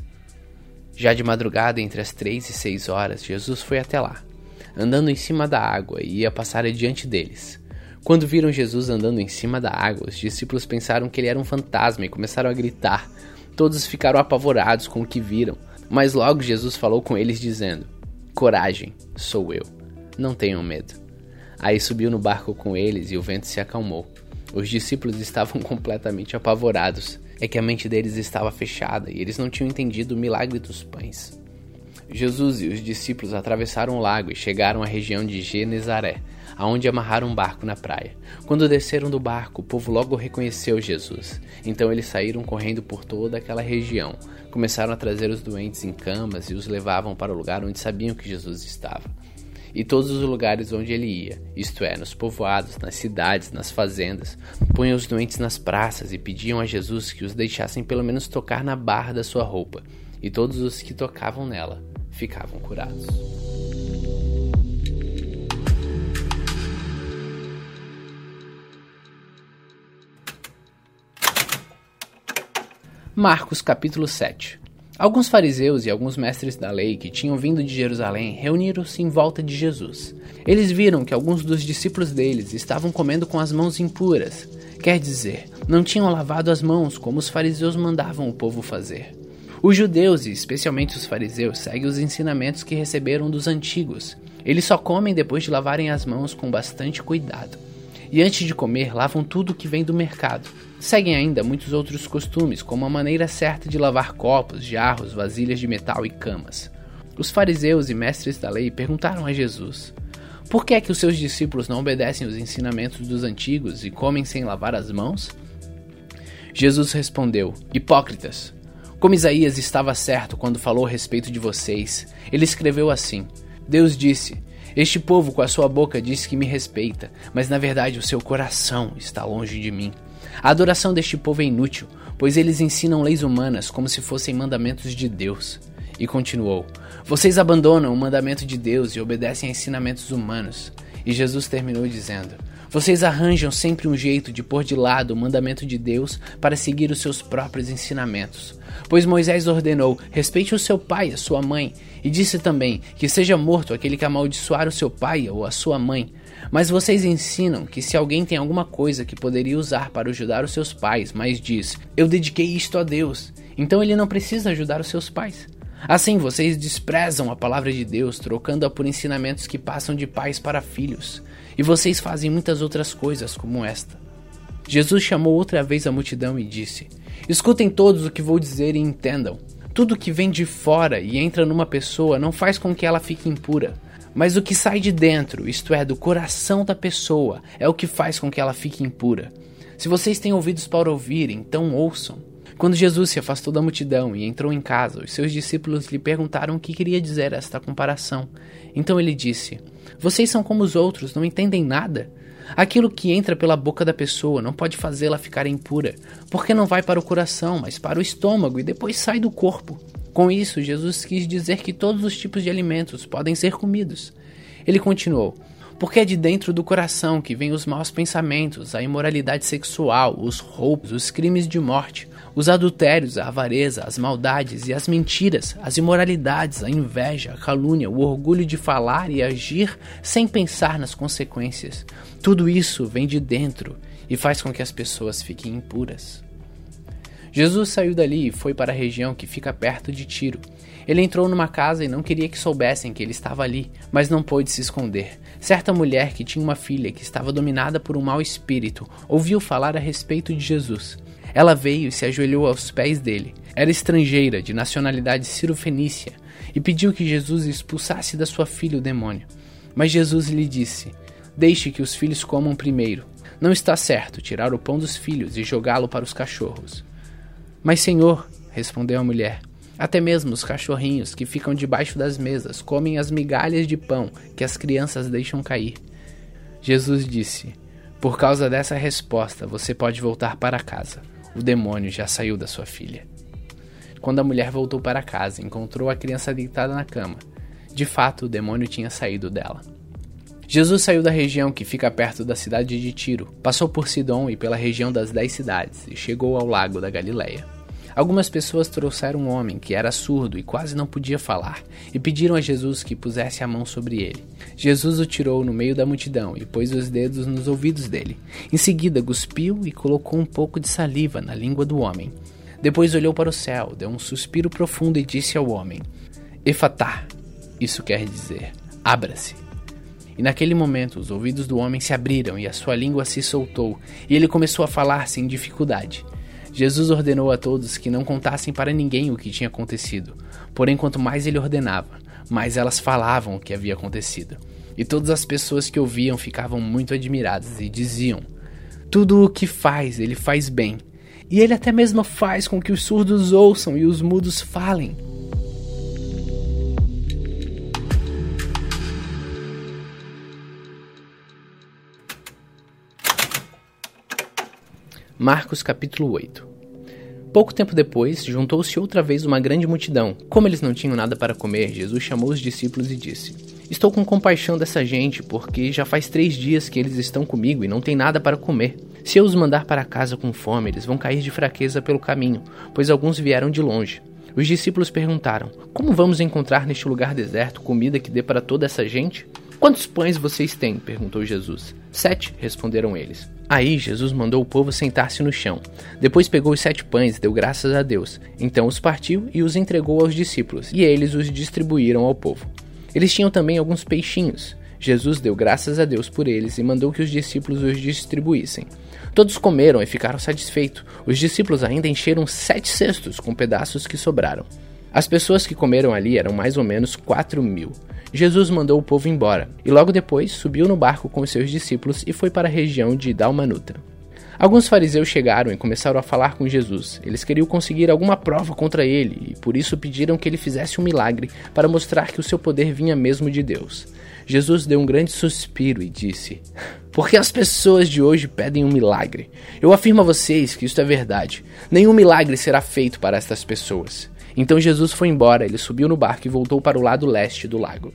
Já de madrugada, entre as 3 e 6 horas, Jesus foi até lá, andando em cima da água, e ia passar adiante deles. Quando viram Jesus andando em cima da água, os discípulos pensaram que ele era um fantasma e começaram a gritar. Todos ficaram apavorados com o que viram, mas logo Jesus falou com eles dizendo: coragem, sou eu, não tenham medo. Aí subiu no barco com eles e o vento se acalmou. Os discípulos estavam completamente apavorados. É que a mente deles estava fechada e eles não tinham entendido o milagre dos pães. Jesus e os discípulos atravessaram o lago e chegaram à região de Genezaré, aonde amarraram um barco na praia. Quando desceram do barco, o povo logo reconheceu Jesus. Então eles saíram correndo por toda aquela região. Começaram a trazer os doentes em camas e os levavam para o lugar onde sabiam que Jesus estava. E todos os lugares onde ele ia, isto é, nos povoados, nas cidades, nas fazendas, punham os doentes nas praças e pediam a Jesus que os deixassem pelo menos tocar na barra da sua roupa. E todos os que tocavam nela ficavam curados. Marcos capítulo 7. Alguns fariseus e alguns mestres da lei que tinham vindo de Jerusalém reuniram-se em volta de Jesus. Eles viram que alguns dos discípulos deles estavam comendo com as mãos impuras, quer dizer, não tinham lavado as mãos como os fariseus mandavam o povo fazer. Os judeus, e especialmente os fariseus, seguem os ensinamentos que receberam dos antigos. Eles só comem depois de lavarem as mãos com bastante cuidado. E antes de comer, lavam tudo que vem do mercado. Seguem ainda muitos outros costumes, como a maneira certa de lavar copos, jarros, vasilhas de metal e camas. Os fariseus e mestres da lei perguntaram a Jesus: por que é que os seus discípulos não obedecem os ensinamentos dos antigos e comem sem lavar as mãos? Jesus respondeu: hipócritas! Como Isaías estava certo quando falou a respeito de vocês, ele escreveu assim: Deus disse: este povo com a sua boca diz que me respeita, mas na verdade o seu coração está longe de mim. A adoração deste povo é inútil, pois eles ensinam leis humanas como se fossem mandamentos de Deus. E continuou: vocês abandonam o mandamento de Deus e obedecem a ensinamentos humanos. E Jesus terminou dizendo: vocês arranjam sempre um jeito de pôr de lado o mandamento de Deus para seguir os seus próprios ensinamentos. Pois Moisés ordenou: respeite o seu pai e a sua mãe, e disse também que seja morto aquele que amaldiçoar o seu pai ou a sua mãe. Mas vocês ensinam que se alguém tem alguma coisa que poderia usar para ajudar os seus pais, mas diz: eu dediquei isto a Deus, então ele não precisa ajudar os seus pais. Assim, vocês desprezam a palavra de Deus, trocando-a por ensinamentos que passam de pais para filhos. E vocês fazem muitas outras coisas como esta. Jesus chamou outra vez a multidão e disse: escutem todos o que vou dizer e entendam. Tudo que vem de fora e entra numa pessoa não faz com que ela fique impura. Mas o que sai de dentro, isto é, do coração da pessoa, é o que faz com que ela fique impura. Se vocês têm ouvidos para ouvir, então ouçam. Quando Jesus se afastou da multidão e entrou em casa, os seus discípulos lhe perguntaram o que queria dizer esta comparação. Então ele disse: vocês são como os outros, não entendem nada? Aquilo que entra pela boca da pessoa não pode fazê-la ficar impura, porque não vai para o coração, mas para o estômago e depois sai do corpo. Com isso, Jesus quis dizer que todos os tipos de alimentos podem ser comidos. Ele continuou: porque é de dentro do coração que vêm os maus pensamentos, a imoralidade sexual, os roubos, os crimes de morte, os adultérios, a avareza, as maldades e as mentiras, as imoralidades, a inveja, a calúnia, o orgulho de falar e agir sem pensar nas consequências. Tudo isso vem de dentro e faz com que as pessoas fiquem impuras. Jesus saiu dali e foi para a região que fica perto de Tiro. Ele entrou numa casa e não queria que soubessem que ele estava ali, mas não pôde se esconder. Certa mulher que tinha uma filha que estava dominada por um mau espírito ouviu falar a respeito de Jesus. Ela veio e se ajoelhou aos pés dele. Era estrangeira, de nacionalidade cirofenícia, e pediu que Jesus expulsasse da sua filha o demônio. Mas Jesus lhe disse: deixe que os filhos comam primeiro. Não está certo tirar o pão dos filhos e jogá-lo para os cachorros. Mas, Senhor, respondeu a mulher, até mesmo os cachorrinhos que ficam debaixo das mesas comem as migalhas de pão que as crianças deixam cair. Jesus disse: por causa dessa resposta, você pode voltar para casa. O demônio já saiu da sua filha. Quando a mulher voltou para casa, encontrou a criança deitada na cama. De fato, o demônio tinha saído dela. Jesus saiu da região que fica perto da cidade de Tiro, passou por Sidom e pela região das 10 cidades e chegou ao lago da Galileia. Algumas pessoas trouxeram um homem que era surdo e quase não podia falar e pediram a Jesus que pusesse a mão sobre ele. Jesus o tirou no meio da multidão e pôs os dedos nos ouvidos dele. Em seguida, cuspiu e colocou um pouco de saliva na língua do homem. Depois olhou para o céu, deu um suspiro profundo e disse ao homem: Efatá, isso quer dizer, abra-se. E naquele momento os ouvidos do homem se abriram e a sua língua se soltou, e ele começou a falar sem dificuldade. Jesus ordenou a todos que não contassem para ninguém o que tinha acontecido. Porém, quanto mais ele ordenava, mais elas falavam o que havia acontecido. E todas as pessoas que ouviam ficavam muito admiradas e diziam: tudo o que faz, ele faz bem. E ele até mesmo faz com que os surdos ouçam e os mudos falem. Marcos capítulo 8. Pouco tempo depois, juntou-se outra vez uma grande multidão. Como eles não tinham nada para comer, Jesus chamou os discípulos e disse: Estou com compaixão dessa gente, porque já faz 3 dias que eles estão comigo e não têm nada para comer. Se eu os mandar para casa com fome, eles vão cair de fraqueza pelo caminho, pois alguns vieram de longe. Os discípulos perguntaram: como vamos encontrar neste lugar deserto comida que dê para toda essa gente? Quantos pães vocês têm? Perguntou Jesus. 7, responderam eles. Aí Jesus mandou o povo sentar-se no chão. Depois pegou os 7 pães e deu graças a Deus. Então os partiu e os entregou aos discípulos, e eles os distribuíram ao povo. Eles tinham também alguns peixinhos. Jesus deu graças a Deus por eles e mandou que os discípulos os distribuíssem. Todos comeram e ficaram satisfeitos. Os discípulos ainda encheram 7 cestos com pedaços que sobraram. As pessoas que comeram ali eram mais ou menos 4.000. Jesus mandou o povo embora, e logo depois subiu no barco com os seus discípulos e foi para a região de Dalmanuta. Alguns fariseus chegaram e começaram a falar com Jesus. Eles queriam conseguir alguma prova contra ele, e por isso pediram que ele fizesse um milagre para mostrar que o seu poder vinha mesmo de Deus. Jesus deu um grande suspiro e disse: por que as pessoas de hoje pedem um milagre? Eu afirmo a vocês que isto é verdade. Nenhum milagre será feito para estas pessoas. Então Jesus foi embora, ele subiu no barco e voltou para o lado leste do lago.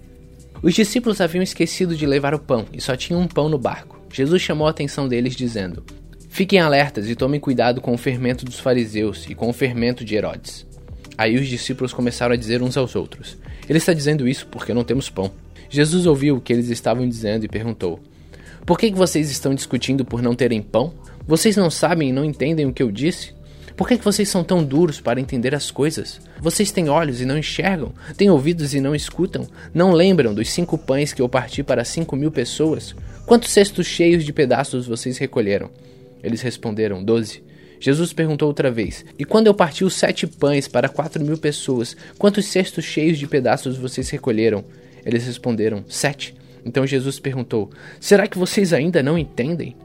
Os discípulos haviam esquecido de levar o pão e só tinham um pão no barco. Jesus chamou a atenção deles dizendo: fiquem alertas e tomem cuidado com o fermento dos fariseus e com o fermento de Herodes. Aí os discípulos começaram a dizer uns aos outros: ele está dizendo isso porque não temos pão. Jesus ouviu o que eles estavam dizendo e perguntou: por que vocês estão discutindo por não terem pão? Vocês não sabem e não entendem o que eu disse? Por que vocês são tão duros para entender as coisas? Vocês têm olhos e não enxergam? Têm ouvidos e não escutam? Não lembram dos 5 pães que eu parti para 5.000 pessoas? Quantos cestos cheios de pedaços vocês recolheram? Eles responderam: 12. Jesus perguntou outra vez: e quando eu parti os 7 pães para 4.000 pessoas, quantos cestos cheios de pedaços vocês recolheram? Eles responderam: 7. Então Jesus perguntou: será que vocês ainda não entendem?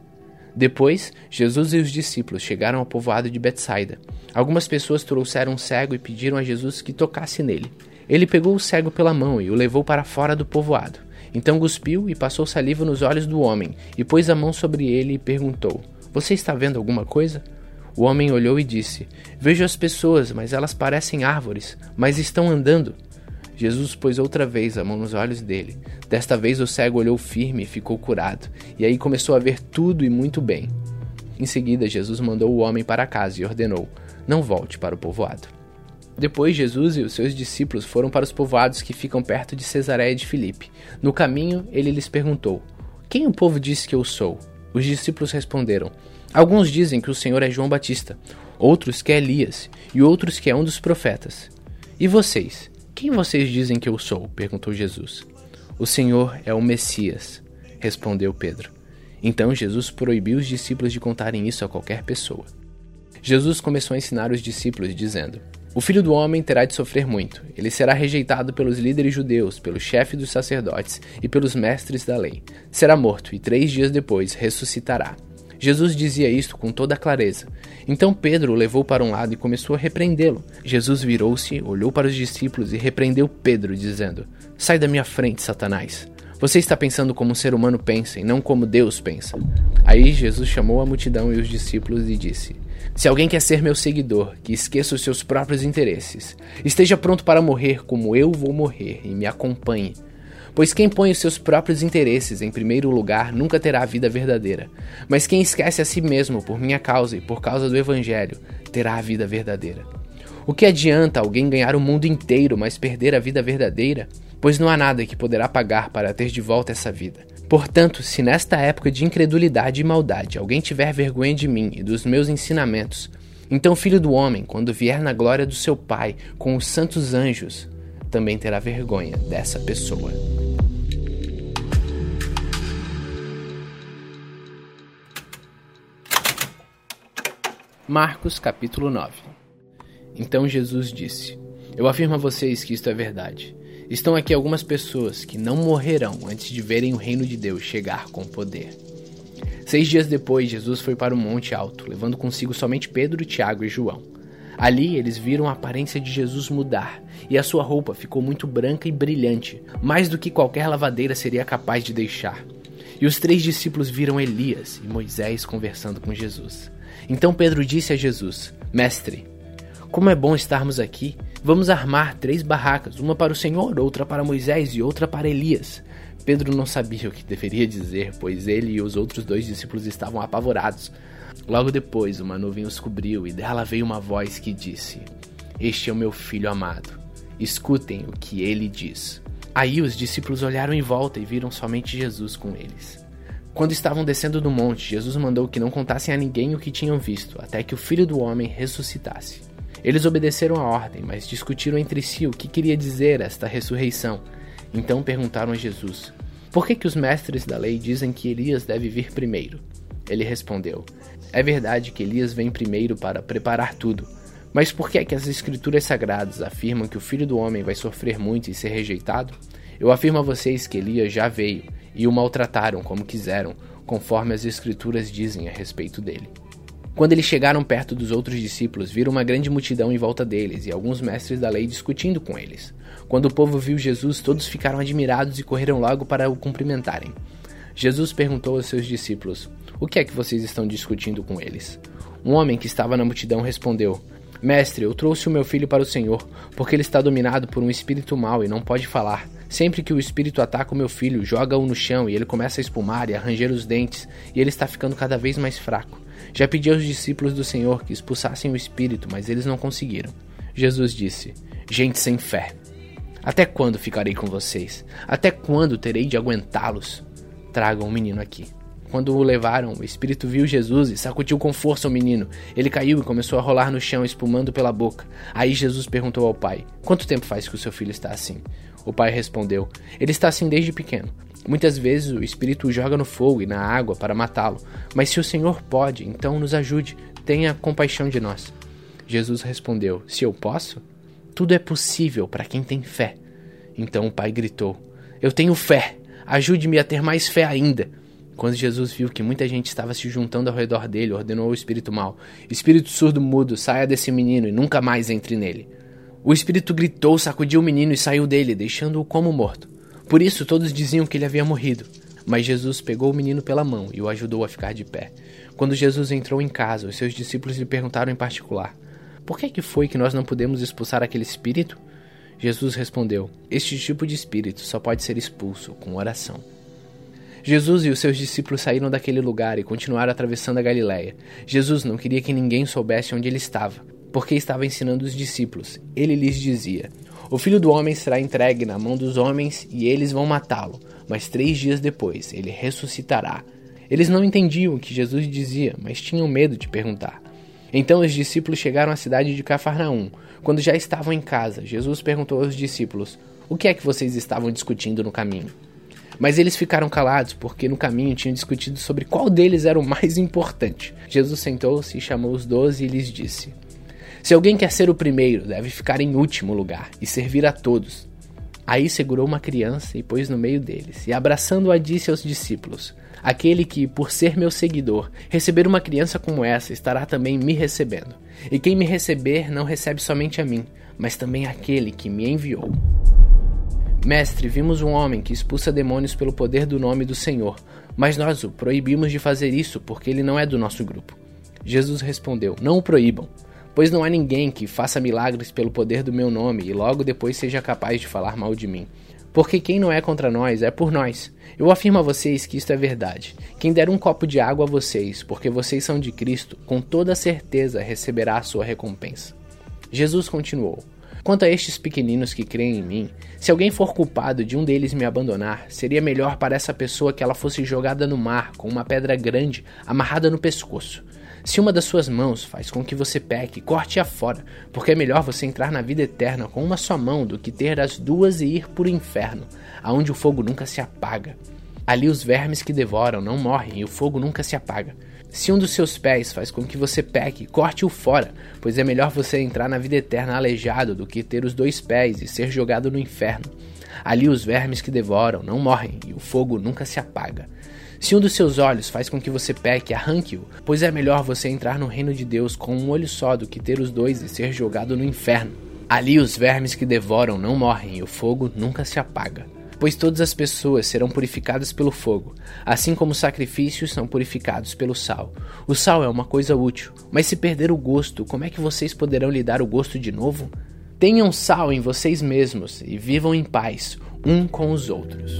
Depois, Jesus e os discípulos chegaram ao povoado de Betsaida. Algumas pessoas trouxeram um cego e pediram a Jesus que tocasse nele. Ele pegou o cego pela mão e o levou para fora do povoado. Então cuspiu e passou saliva nos olhos do homem, e pôs a mão sobre ele e perguntou: você está vendo alguma coisa? O homem olhou e disse: vejo as pessoas, mas elas parecem árvores, mas estão andando. Jesus pôs outra vez a mão nos olhos dele. Desta vez o cego olhou firme e ficou curado, e aí começou a ver tudo e muito bem. Em seguida, Jesus mandou o homem para casa e ordenou: não volte para o povoado. Depois, Jesus e os seus discípulos foram para os povoados que ficam perto de Cesareia de Filipe. No caminho, ele lhes perguntou: quem o povo diz que eu sou? Os discípulos responderam: alguns dizem que o Senhor é João Batista, outros que é Elias, e outros que é um dos profetas. E vocês? Quem vocês dizem que eu sou? Perguntou Jesus. O Senhor é o Messias, respondeu Pedro. Então Jesus proibiu os discípulos de contarem isso a qualquer pessoa. Jesus começou a ensinar os discípulos, dizendo: o Filho do Homem terá de sofrer muito. Ele será rejeitado pelos líderes judeus, pelo chefe dos sacerdotes e pelos mestres da lei. Será morto e 3 dias depois ressuscitará. Jesus dizia isto com toda clareza. Então Pedro o levou para um lado e começou a repreendê-lo. Jesus virou-se, olhou para os discípulos e repreendeu Pedro, dizendo: sai da minha frente, Satanás. Você está pensando como um ser humano pensa e não como Deus pensa. Aí Jesus chamou a multidão e os discípulos e disse: se alguém quer ser meu seguidor, que esqueça os seus próprios interesses, esteja pronto para morrer como eu vou morrer e me acompanhe. Pois quem põe os seus próprios interesses em primeiro lugar nunca terá a vida verdadeira. Mas quem esquece a si mesmo por minha causa e por causa do Evangelho, terá a vida verdadeira. O que adianta alguém ganhar o mundo inteiro, mas perder a vida verdadeira? Pois não há nada que poderá pagar para ter de volta essa vida. Portanto, se nesta época de incredulidade e maldade alguém tiver vergonha de mim e dos meus ensinamentos, então o Filho do Homem, quando vier na glória do seu Pai com os santos anjos, também terá vergonha dessa pessoa. Marcos capítulo 9. Então Jesus disse: eu afirmo a vocês que isto é verdade. Estão aqui algumas pessoas que não morrerão antes de verem o reino de Deus chegar com poder. 6 dias depois, Jesus foi para o Monte Alto, levando consigo somente Pedro, Tiago e João. Ali eles viram a aparência de Jesus mudar, e a sua roupa ficou muito branca e brilhante, mais do que qualquer lavadeira seria capaz de deixar. E os 3 discípulos viram Elias e Moisés conversando com Jesus. Então Pedro disse a Jesus: mestre, como é bom estarmos aqui. Vamos armar 3 barracas, uma para o Senhor, outra para Moisés e outra para Elias. Pedro não sabia o que deveria dizer, pois ele e os outros 2 discípulos estavam apavorados. Logo depois, uma nuvem os cobriu e dela veio uma voz que disse: Este é o meu filho amado. Escutem o que ele diz. Aí os discípulos olharam em volta e viram somente Jesus com eles. Quando estavam descendo do monte, Jesus mandou que não contassem a ninguém o que tinham visto, até que o Filho do Homem ressuscitasse. Eles obedeceram a ordem, mas discutiram entre si o que queria dizer esta ressurreição. Então perguntaram a Jesus: por que os mestres da lei dizem que Elias deve vir primeiro? Ele respondeu: é verdade que Elias vem primeiro para preparar tudo. Mas por que é que as escrituras sagradas afirmam que o Filho do Homem vai sofrer muito e ser rejeitado? Eu afirmo a vocês que Elias já veio e o maltrataram como quiseram, conforme as escrituras dizem a respeito dele. Quando eles chegaram perto dos outros discípulos, viram uma grande multidão em volta deles e alguns mestres da lei discutindo com eles. Quando o povo viu Jesus, todos ficaram admirados e correram logo para o cumprimentarem. Jesus perguntou aos seus discípulos: o que é que vocês estão discutindo com eles? Um homem que estava na multidão respondeu: Mestre, eu trouxe o meu filho para o Senhor, porque ele está dominado por um espírito mau e não pode falar. Sempre que o espírito ataca o meu filho, joga-o no chão e ele começa a espumar e a ranger os dentes, e ele está ficando cada vez mais fraco. Já pedi aos discípulos do Senhor que expulsassem o espírito, mas eles não conseguiram. Jesus disse: gente sem fé, até quando ficarei com vocês? Até quando terei de aguentá-los? Tragam o menino aqui. Quando o levaram, o espírito viu Jesus e sacudiu com força o menino. Ele caiu e começou a rolar no chão, espumando pela boca. Aí Jesus perguntou ao pai: quanto tempo faz que o seu filho está assim? O pai respondeu: ele está assim desde pequeno. Muitas vezes o espírito o joga no fogo e na água para matá-lo. Mas se o Senhor pode, então nos ajude. Tenha compaixão de nós. Jesus respondeu: se eu posso? Tudo é possível para quem tem fé. Então o pai gritou: eu tenho fé. Ajude-me a ter mais fé ainda. Quando Jesus viu que muita gente estava se juntando ao redor dele, ordenou ao espírito mau: espírito surdo mudo, saia desse menino e nunca mais entre nele. O espírito gritou, sacudiu o menino e saiu dele, deixando-o como morto. Por isso todos diziam que ele havia morrido. Mas Jesus pegou o menino pela mão e o ajudou a ficar de pé. Quando Jesus entrou em casa, os seus discípulos lhe perguntaram em particular: por que foi que nós não pudemos expulsar aquele espírito? Jesus respondeu: este tipo de espírito só pode ser expulso com oração. Jesus e os seus discípulos saíram daquele lugar e continuaram atravessando a Galileia. Jesus não queria que ninguém soubesse onde ele estava, porque estava ensinando os discípulos. Ele lhes dizia: o Filho do Homem será entregue na mão dos homens e eles vão matá-lo, mas 3 dias depois ele ressuscitará. Eles não entendiam o que Jesus dizia, mas tinham medo de perguntar. Então os discípulos chegaram à cidade de Cafarnaum. Quando já estavam em casa, Jesus perguntou aos discípulos: o que é que vocês estavam discutindo no caminho? Mas eles ficaram calados, porque no caminho tinham discutido sobre qual deles era o mais importante. Jesus sentou-se e chamou os 12 e lhes disse: se alguém quer ser o primeiro, deve ficar em último lugar e servir a todos. Aí segurou uma criança e pôs no meio deles, e abraçando-a disse aos discípulos: aquele que, por ser meu seguidor, receber uma criança como essa, estará também me recebendo. E quem me receber não recebe somente a mim, mas também aquele que me enviou. Mestre, vimos um homem que expulsa demônios pelo poder do nome do Senhor, mas nós o proibimos de fazer isso porque ele não é do nosso grupo. Jesus respondeu: não o proíbam, pois não há ninguém que faça milagres pelo poder do meu nome e logo depois seja capaz de falar mal de mim. Porque quem não é contra nós é por nós. Eu afirmo a vocês que isto é verdade. Quem der um copo de água a vocês, porque vocês são de Cristo, com toda certeza receberá a sua recompensa. Jesus continuou: quanto a estes pequeninos que creem em mim, se alguém for culpado de um deles me abandonar, seria melhor para essa pessoa que ela fosse jogada no mar com uma pedra grande amarrada no pescoço. Se uma das suas mãos faz com que você peque, corte-a fora, porque é melhor você entrar na vida eterna com uma só mão do que ter as 2 e ir para o inferno, aonde o fogo nunca se apaga. Ali os vermes que devoram não morrem e o fogo nunca se apaga. Se um dos seus pés faz com que você peque, corte-o fora, pois é melhor você entrar na vida eterna aleijado do que ter os 2 pés e ser jogado no inferno. Ali os vermes que devoram não morrem e o fogo nunca se apaga. Se um dos seus olhos faz com que você peque, arranque-o, pois é melhor você entrar no reino de Deus com um olho só do que ter os 2 e ser jogado no inferno. Ali os vermes que devoram não morrem e o fogo nunca se apaga. Pois todas as pessoas serão purificadas pelo fogo, assim como os sacrifícios são purificados pelo sal. O sal é uma coisa útil, mas se perder o gosto, como é que vocês poderão lhe dar o gosto de novo? Tenham sal em vocês mesmos e vivam em paz, um com os outros.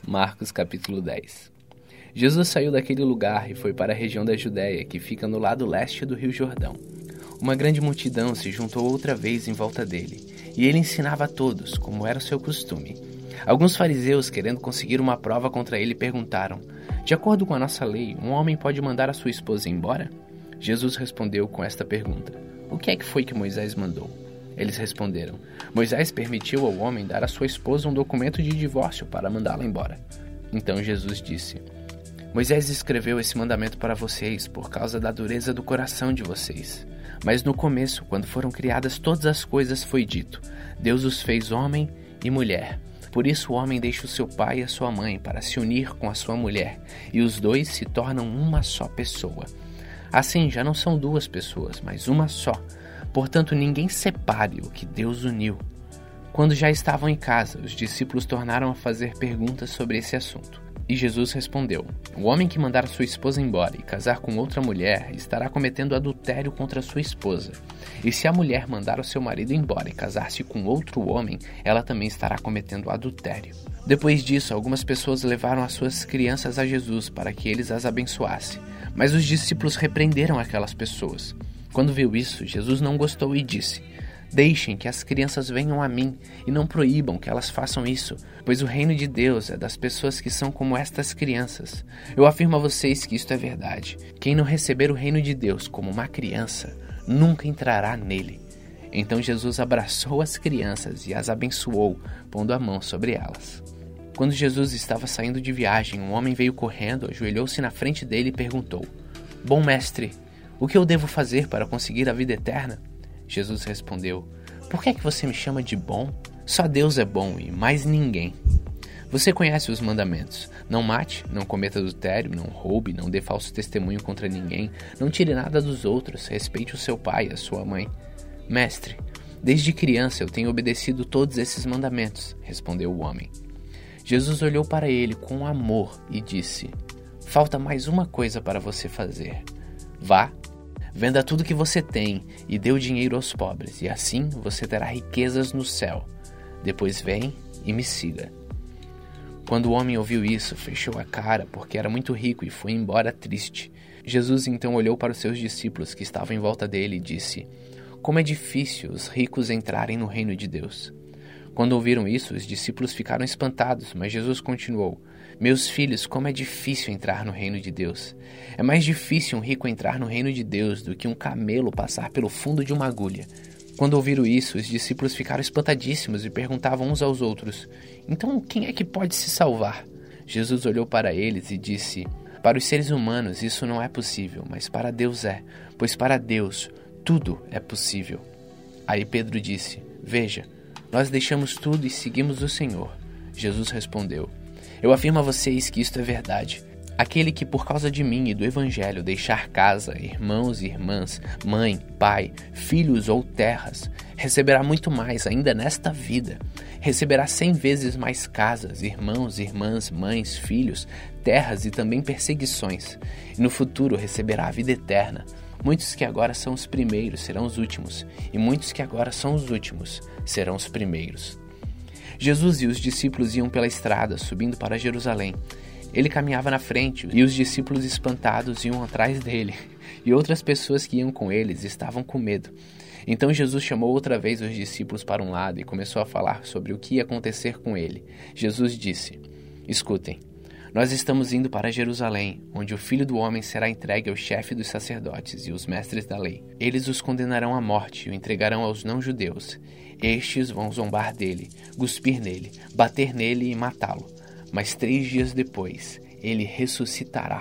Marcos capítulo 10. Jesus saiu daquele lugar e foi para a região da Judéia, que fica no lado leste do rio Jordão. Uma grande multidão se juntou outra vez em volta dele, e ele ensinava a todos, como era o seu costume. Alguns fariseus, querendo conseguir uma prova contra ele, perguntaram: de acordo com a nossa lei, um homem pode mandar a sua esposa embora? Jesus respondeu com esta pergunta: o que é que foi que Moisés mandou? Eles responderam: Moisés permitiu ao homem dar à sua esposa um documento de divórcio para mandá-la embora. Então Jesus disse: Moisés escreveu esse mandamento para vocês por causa da dureza do coração de vocês. Mas no começo, quando foram criadas todas as coisas, foi dito: Deus os fez homem e mulher. Por isso o homem deixa o seu pai e a sua mãe para se unir com a sua mulher, e os dois se tornam uma só pessoa. Assim, já não são duas pessoas, mas uma só. Portanto, ninguém separe o que Deus uniu. Quando já estavam em casa, os discípulos tornaram a fazer perguntas sobre esse assunto. E Jesus respondeu: o homem que mandar sua esposa embora e casar com outra mulher estará cometendo adultério contra sua esposa. E se a mulher mandar o seu marido embora e casar-se com outro homem, ela também estará cometendo adultério. Depois disso, algumas pessoas levaram as suas crianças a Jesus para que eles as abençoasse. Mas os discípulos repreenderam aquelas pessoas. Quando viu isso, Jesus não gostou e disse: deixem que as crianças venham a mim e não proíbam que elas façam isso, pois o reino de Deus é das pessoas que são como estas crianças. Eu afirmo a vocês que isto é verdade. Quem não receber o reino de Deus como uma criança, nunca entrará nele. Então Jesus abraçou as crianças e as abençoou, pondo a mão sobre elas. Quando Jesus estava saindo de viagem, um homem veio correndo, ajoelhou-se na frente dele e perguntou: bom mestre, o que eu devo fazer para conseguir a vida eterna? Jesus respondeu: por que é que você me chama de bom? Só Deus é bom e mais ninguém. Você conhece os mandamentos: não mate, não cometa adultério, não roube, não dê falso testemunho contra ninguém, não tire nada dos outros, respeite o seu pai e a sua mãe. Mestre, desde criança eu tenho obedecido todos esses mandamentos, respondeu o homem. Jesus olhou para ele com amor e disse: falta mais uma coisa para você fazer. Vá, venda tudo que você tem e dê o dinheiro aos pobres, e assim você terá riquezas no céu. Depois vem e me siga. Quando o homem ouviu isso, fechou a cara porque era muito rico e foi embora triste. Jesus então olhou para os seus discípulos que estavam em volta dele e disse: como é difícil os ricos entrarem no reino de Deus. Quando ouviram isso, os discípulos ficaram espantados, mas Jesus continuou: meus filhos, como é difícil entrar no reino de Deus. É mais difícil um rico entrar no reino de Deus do que um camelo passar pelo fundo de uma agulha. Quando ouviram isso, os discípulos ficaram espantadíssimos e perguntavam uns aos outros: então quem é que pode se salvar? Jesus olhou para eles e disse: para os seres humanos isso não é possível, mas para Deus é, pois para Deus tudo é possível. Aí Pedro disse: veja, nós deixamos tudo e seguimos o Senhor. Jesus respondeu: eu afirmo a vocês que isto é verdade. Aquele que por causa de mim e do Evangelho deixar casa, irmãos e irmãs, mãe, pai, filhos ou terras, receberá muito mais ainda nesta vida. Receberá 100 vezes mais casas, irmãos, irmãs, mães, filhos, terras e também perseguições. E no futuro receberá a vida eterna. Muitos que agora são os primeiros serão os últimos, e muitos que agora são os últimos serão os primeiros. Jesus e os discípulos iam pela estrada, subindo para Jerusalém. Ele caminhava na frente, e os discípulos espantados iam atrás dele, e outras pessoas que iam com eles estavam com medo. Então Jesus chamou outra vez os discípulos para um lado e começou a falar sobre o que ia acontecer com ele. Jesus disse: escutem, nós estamos indo para Jerusalém, onde o Filho do Homem será entregue ao chefe dos sacerdotes e os mestres da lei. Eles os condenarão à morte e o entregarão aos não-judeus. Estes vão zombar dele, cuspir nele, bater nele e matá-lo. Mas 3 dias depois, ele ressuscitará.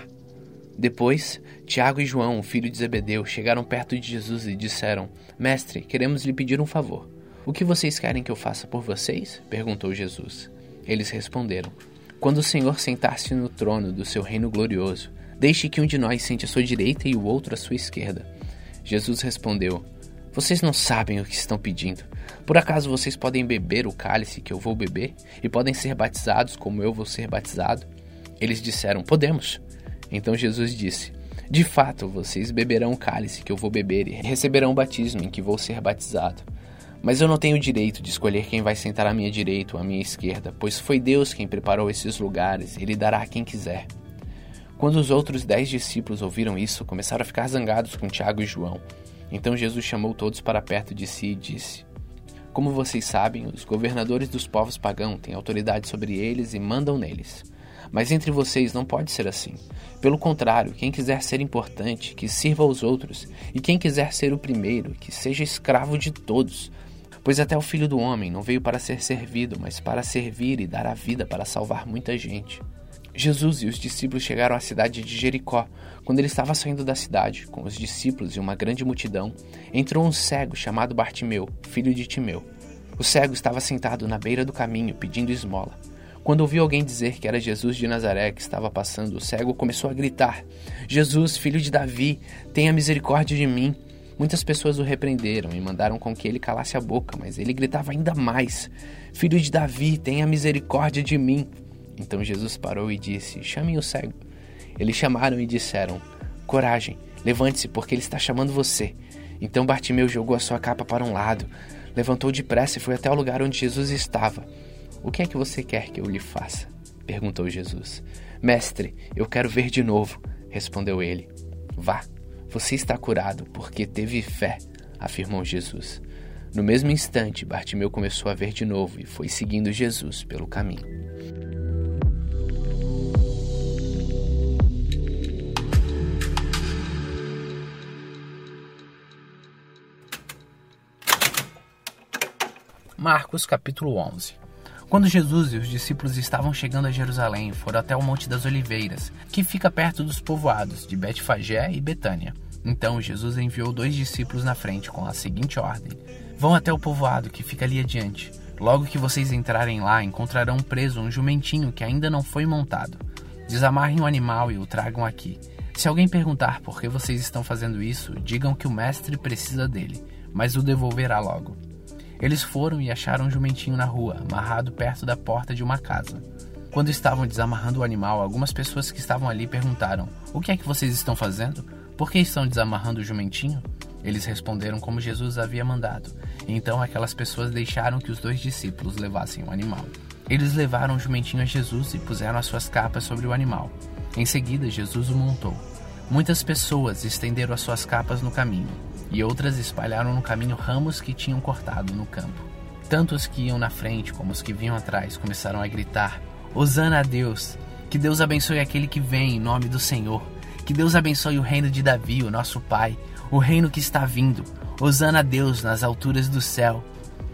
Depois, Tiago e João, o filho de Zebedeu, chegaram perto de Jesus e disseram: mestre, queremos lhe pedir um favor. O que vocês querem que eu faça por vocês? Perguntou Jesus. Eles responderam: quando o Senhor sentar-se no trono do seu reino glorioso, deixe que um de nós sente à sua direita e o outro à sua esquerda. Jesus respondeu: vocês não sabem o que estão pedindo. Por acaso vocês podem beber o cálice que eu vou beber? E podem ser batizados como eu vou ser batizado? Eles disseram: podemos. Então Jesus disse: de fato, vocês beberão o cálice que eu vou beber e receberão o batismo em que vou ser batizado. Mas eu não tenho o direito de escolher quem vai sentar à minha direita ou à minha esquerda, pois foi Deus quem preparou esses lugares e Ele dará a quem quiser. Quando os outros 10 discípulos ouviram isso, começaram a ficar zangados com Tiago e João. Então Jesus chamou todos para perto de si e disse: Como vocês sabem, os governadores dos povos pagãos têm autoridade sobre eles e mandam neles. Mas entre vocês não pode ser assim. Pelo contrário, quem quiser ser importante, que sirva aos outros, e quem quiser ser o primeiro, que seja escravo de todos. Pois até o Filho do Homem não veio para ser servido, mas para servir e dar a vida para salvar muita gente. Jesus e os discípulos chegaram à cidade de Jericó. Quando ele estava saindo da cidade, com os discípulos e uma grande multidão, entrou um cego chamado Bartimeu, filho de Timeu. O cego estava sentado na beira do caminho, pedindo esmola. Quando ouviu alguém dizer que era Jesus de Nazaré que estava passando, o cego começou a gritar: Jesus, filho de Davi, tenha misericórdia de mim. Muitas pessoas o repreenderam e mandaram com que ele calasse a boca, mas ele gritava ainda mais: Filho de Davi, tenha misericórdia de mim. Então Jesus parou e disse: Chamem o cego. Eles chamaram e disseram: Coragem, levante-se, porque ele está chamando você. Então Bartimeu jogou a sua capa para um lado, levantou depressa e foi até o lugar onde Jesus estava. O que é que você quer que eu lhe faça? Perguntou Jesus. Mestre, eu quero ver de novo, respondeu ele. Vá, você está curado, porque teve fé, afirmou Jesus. No mesmo instante, Bartimeu começou a ver de novo e foi seguindo Jesus pelo caminho. Marcos capítulo 11. Quando Jesus e os discípulos estavam chegando a Jerusalém, foram até o Monte das Oliveiras, que fica perto dos povoados de Betfagé e Betânia. Então Jesus enviou 2 discípulos na frente com a seguinte ordem: Vão até o povoado que fica ali adiante. Logo que vocês entrarem lá, encontrarão preso um jumentinho que ainda não foi montado. Desamarrem o animal e o tragam aqui. Se alguém perguntar por que vocês estão fazendo isso, digam que o mestre precisa dele, mas o devolverá logo. Eles foram e acharam um jumentinho na rua, amarrado perto da porta de uma casa. Quando estavam desamarrando o animal, algumas pessoas que estavam ali perguntaram: O que é que vocês estão fazendo? Por que estão desamarrando o jumentinho? Eles responderam como Jesus havia mandado. Então aquelas pessoas deixaram que os 2 discípulos levassem o animal. Eles levaram o jumentinho a Jesus e puseram as suas capas sobre o animal. Em seguida, Jesus o montou. Muitas pessoas estenderam as suas capas no caminho, e outras espalharam no caminho ramos que tinham cortado no campo. Tanto os que iam na frente como os que vinham atrás começaram a gritar: Hosana a Deus! Que Deus abençoe aquele que vem em nome do Senhor! Que Deus abençoe o reino de Davi, o nosso pai, o reino que está vindo! Hosana a Deus nas alturas do céu!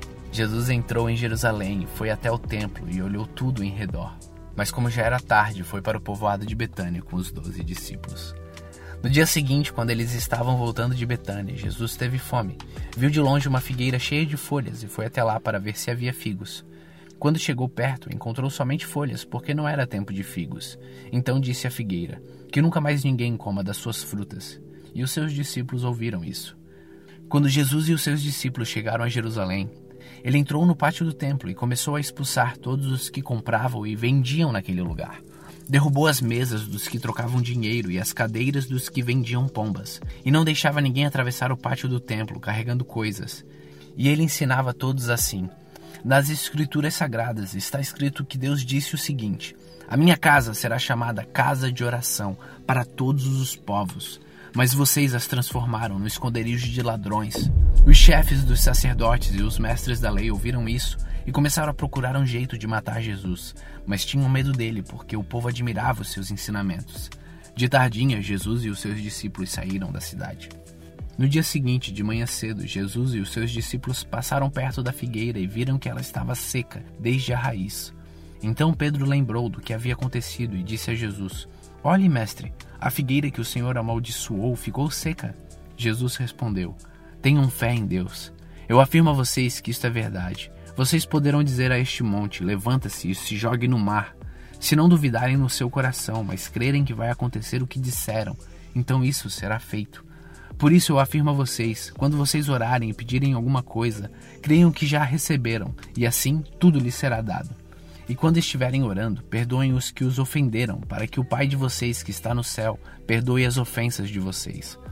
Jesus entrou em Jerusalém, foi até o templo e olhou tudo em redor. Mas como já era tarde, foi para o povoado de Betânia com os 12 discípulos. No dia seguinte, quando eles estavam voltando de Betânia, Jesus teve fome. Viu de longe uma figueira cheia de folhas e foi até lá para ver se havia figos. Quando chegou perto, encontrou somente folhas, porque não era tempo de figos. Então disse à figueira: Que nunca mais ninguém coma das suas frutas. E os seus discípulos ouviram isso. Quando Jesus e os seus discípulos chegaram a Jerusalém, ele entrou no pátio do templo e começou a expulsar todos os que compravam e vendiam naquele lugar. Derrubou as mesas dos que trocavam dinheiro e as cadeiras dos que vendiam pombas, e não deixava ninguém atravessar o pátio do templo carregando coisas. E ele ensinava todos assim: Nas Escrituras Sagradas está escrito que Deus disse o seguinte: A minha casa será chamada casa de oração para todos os povos, mas vocês as transformaram no esconderijo de ladrões. Os chefes dos sacerdotes e os mestres da lei ouviram isso e começaram a procurar um jeito de matar Jesus, mas tinham medo dele porque o povo admirava os seus ensinamentos. De tardinha, Jesus e os seus discípulos saíram da cidade. No dia seguinte, de manhã cedo, Jesus e os seus discípulos passaram perto da figueira e viram que ela estava seca desde a raiz. Então Pedro lembrou do que havia acontecido e disse a Jesus: Olhe, mestre, a figueira que o Senhor amaldiçoou ficou seca. Jesus respondeu: Tenham fé em Deus. Eu afirmo a vocês que isto é verdade. Vocês poderão dizer a este monte: Levanta-se e se jogue no mar. Se não duvidarem no seu coração, mas crerem que vai acontecer o que disseram, então isso será feito. Por isso eu afirmo a vocês, quando vocês orarem e pedirem alguma coisa, creiam que já a receberam, e assim tudo lhes será dado. E quando estiverem orando, perdoem os que os ofenderam, para que o Pai de vocês que está no céu perdoe as ofensas de vocês.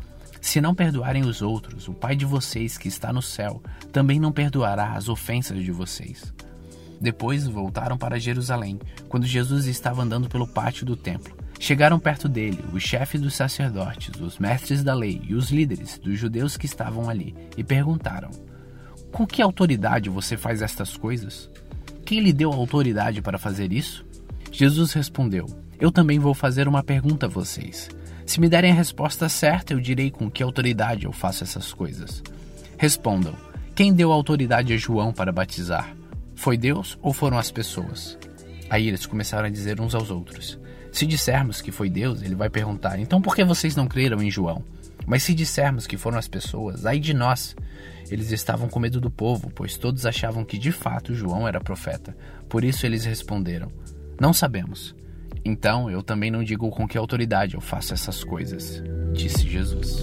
Se não perdoarem os outros, o Pai de vocês que está no céu também não perdoará as ofensas de vocês. Depois voltaram para Jerusalém, quando Jesus estava andando pelo pátio do templo. Chegaram perto dele os chefes dos sacerdotes, os mestres da lei e os líderes dos judeus que estavam ali, e perguntaram: com que autoridade você faz estas coisas? Quem lhe deu autoridade para fazer isso? Jesus respondeu: eu também vou fazer uma pergunta a vocês. Se me derem a resposta certa, eu direi com que autoridade eu faço essas coisas. Respondam: quem deu autoridade a João para batizar? Foi Deus ou foram as pessoas? Aí eles começaram a dizer uns aos outros: se dissermos que foi Deus, ele vai perguntar: então por que vocês não creram em João? Mas se dissermos que foram as pessoas, ai de nós! Eles estavam com medo do povo, pois todos achavam que de fato João era profeta. Por isso eles responderam: não sabemos. Então eu também não digo com que autoridade eu faço essas coisas, disse Jesus.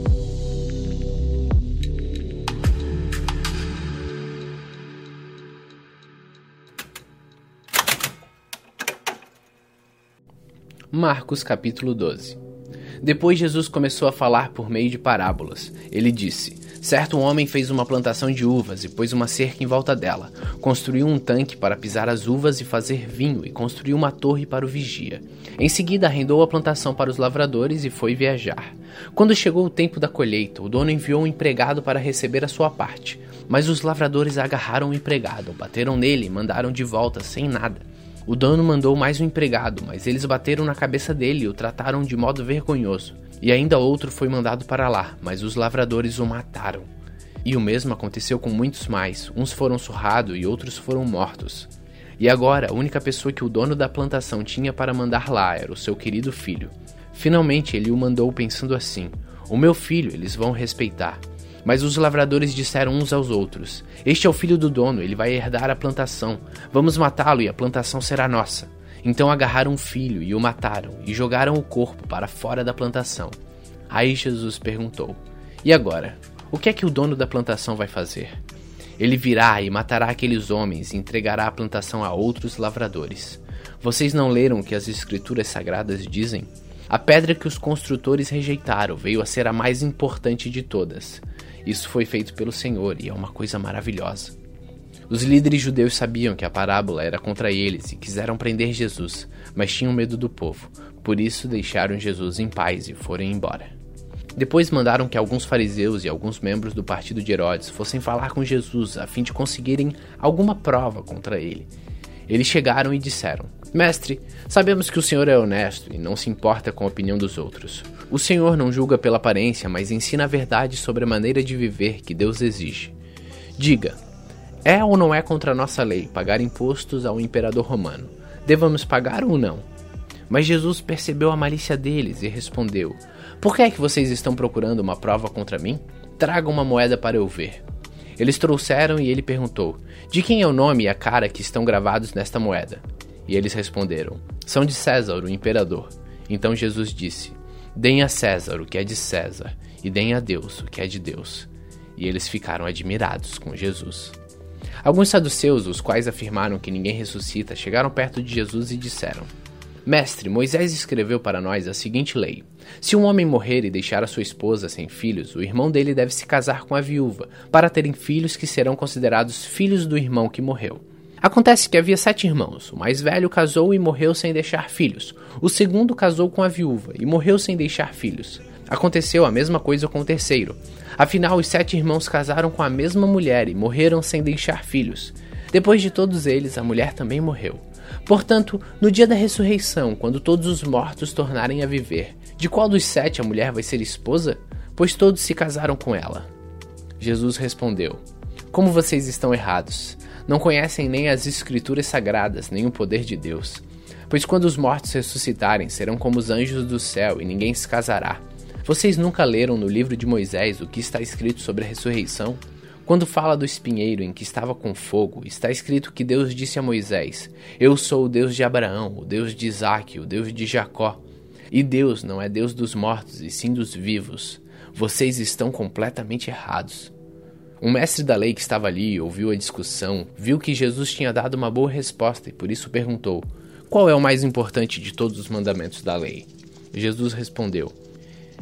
Marcos capítulo 12. Depois Jesus começou a falar por meio de parábolas. Ele disse: certo homem fez uma plantação de uvas e pôs uma cerca em volta dela. Construiu um tanque para pisar as uvas e fazer vinho, e construiu uma torre para o vigia. Em seguida arrendou a plantação para os lavradores e foi viajar. Quando chegou o tempo da colheita, o dono enviou um empregado para receber a sua parte. Mas os lavradores agarraram o empregado, bateram nele e mandaram de volta sem nada. O dono mandou mais um empregado, mas eles bateram na cabeça dele e o trataram de modo vergonhoso. E ainda outro foi mandado para lá, mas os lavradores o mataram. E o mesmo aconteceu com muitos mais. Uns foram surrados e outros foram mortos. E agora, a única pessoa que o dono da plantação tinha para mandar lá era o seu querido filho. Finalmente ele o mandou pensando assim: o meu filho eles vão respeitar. Mas os lavradores disseram uns aos outros: este é o filho do dono, ele vai herdar a plantação. Vamos matá-lo e a plantação será nossa. Então agarraram o filho e o mataram, e jogaram o corpo para fora da plantação. Aí Jesus perguntou: e agora? O que é que o dono da plantação vai fazer? Ele virá e matará aqueles homens e entregará a plantação a outros lavradores. Vocês não leram o que as escrituras sagradas dizem? A pedra que os construtores rejeitaram veio a ser a mais importante de todas. Isso foi feito pelo Senhor e é uma coisa maravilhosa. Os líderes judeus sabiam que a parábola era contra eles e quiseram prender Jesus, mas tinham medo do povo. Por isso deixaram Jesus em paz e foram embora. Depois mandaram que alguns fariseus e alguns membros do partido de Herodes fossem falar com Jesus a fim de conseguirem alguma prova contra ele. Eles chegaram e disseram: mestre, sabemos que o senhor é honesto e não se importa com a opinião dos outros. O senhor não julga pela aparência, mas ensina a verdade sobre a maneira de viver que Deus exige. Diga, é ou não é contra a nossa lei pagar impostos ao imperador romano? Devemos pagar ou não? Mas Jesus percebeu a malícia deles e respondeu: por que é que vocês estão procurando uma prova contra mim? Tragam uma moeda para eu ver. Eles trouxeram e ele perguntou: de quem é o nome e a cara que estão gravados nesta moeda? E eles responderam: são de César, o imperador. Então Jesus disse: deem a César o que é de César, e deem a Deus o que é de Deus. E eles ficaram admirados com Jesus. Alguns saduceus, os quais afirmaram que ninguém ressuscita, chegaram perto de Jesus e disseram: mestre, Moisés escreveu para nós a seguinte lei: se um homem morrer e deixar a sua esposa sem filhos, o irmão dele deve se casar com a viúva, para terem filhos que serão considerados filhos do irmão que morreu. Acontece que havia 7 irmãos. O mais velho casou e morreu sem deixar filhos. O segundo casou com a viúva e morreu sem deixar filhos. Aconteceu a mesma coisa com o terceiro. Afinal, os 7 irmãos casaram com a mesma mulher e morreram sem deixar filhos. Depois de todos eles, a mulher também morreu. Portanto, no dia da ressurreição, quando todos os mortos tornarem a viver, de qual dos 7 a mulher vai ser esposa? Pois todos se casaram com ela. Jesus respondeu: como vocês estão errados! Não conhecem nem as escrituras sagradas, nem o poder de Deus. Pois quando os mortos ressuscitarem, serão como os anjos do céu, e ninguém se casará. Vocês nunca leram no livro de Moisés o que está escrito sobre a ressurreição? Quando fala do espinheiro em que estava com fogo, está escrito que Deus disse a Moisés: eu sou o Deus de Abraão, o Deus de Isaque, o Deus de Jacó. E Deus não é Deus dos mortos, e sim dos vivos. Vocês estão completamente errados. Um mestre da lei que estava ali ouviu a discussão, viu que Jesus tinha dado uma boa resposta e por isso perguntou: qual é o mais importante de todos os mandamentos da lei? Jesus respondeu: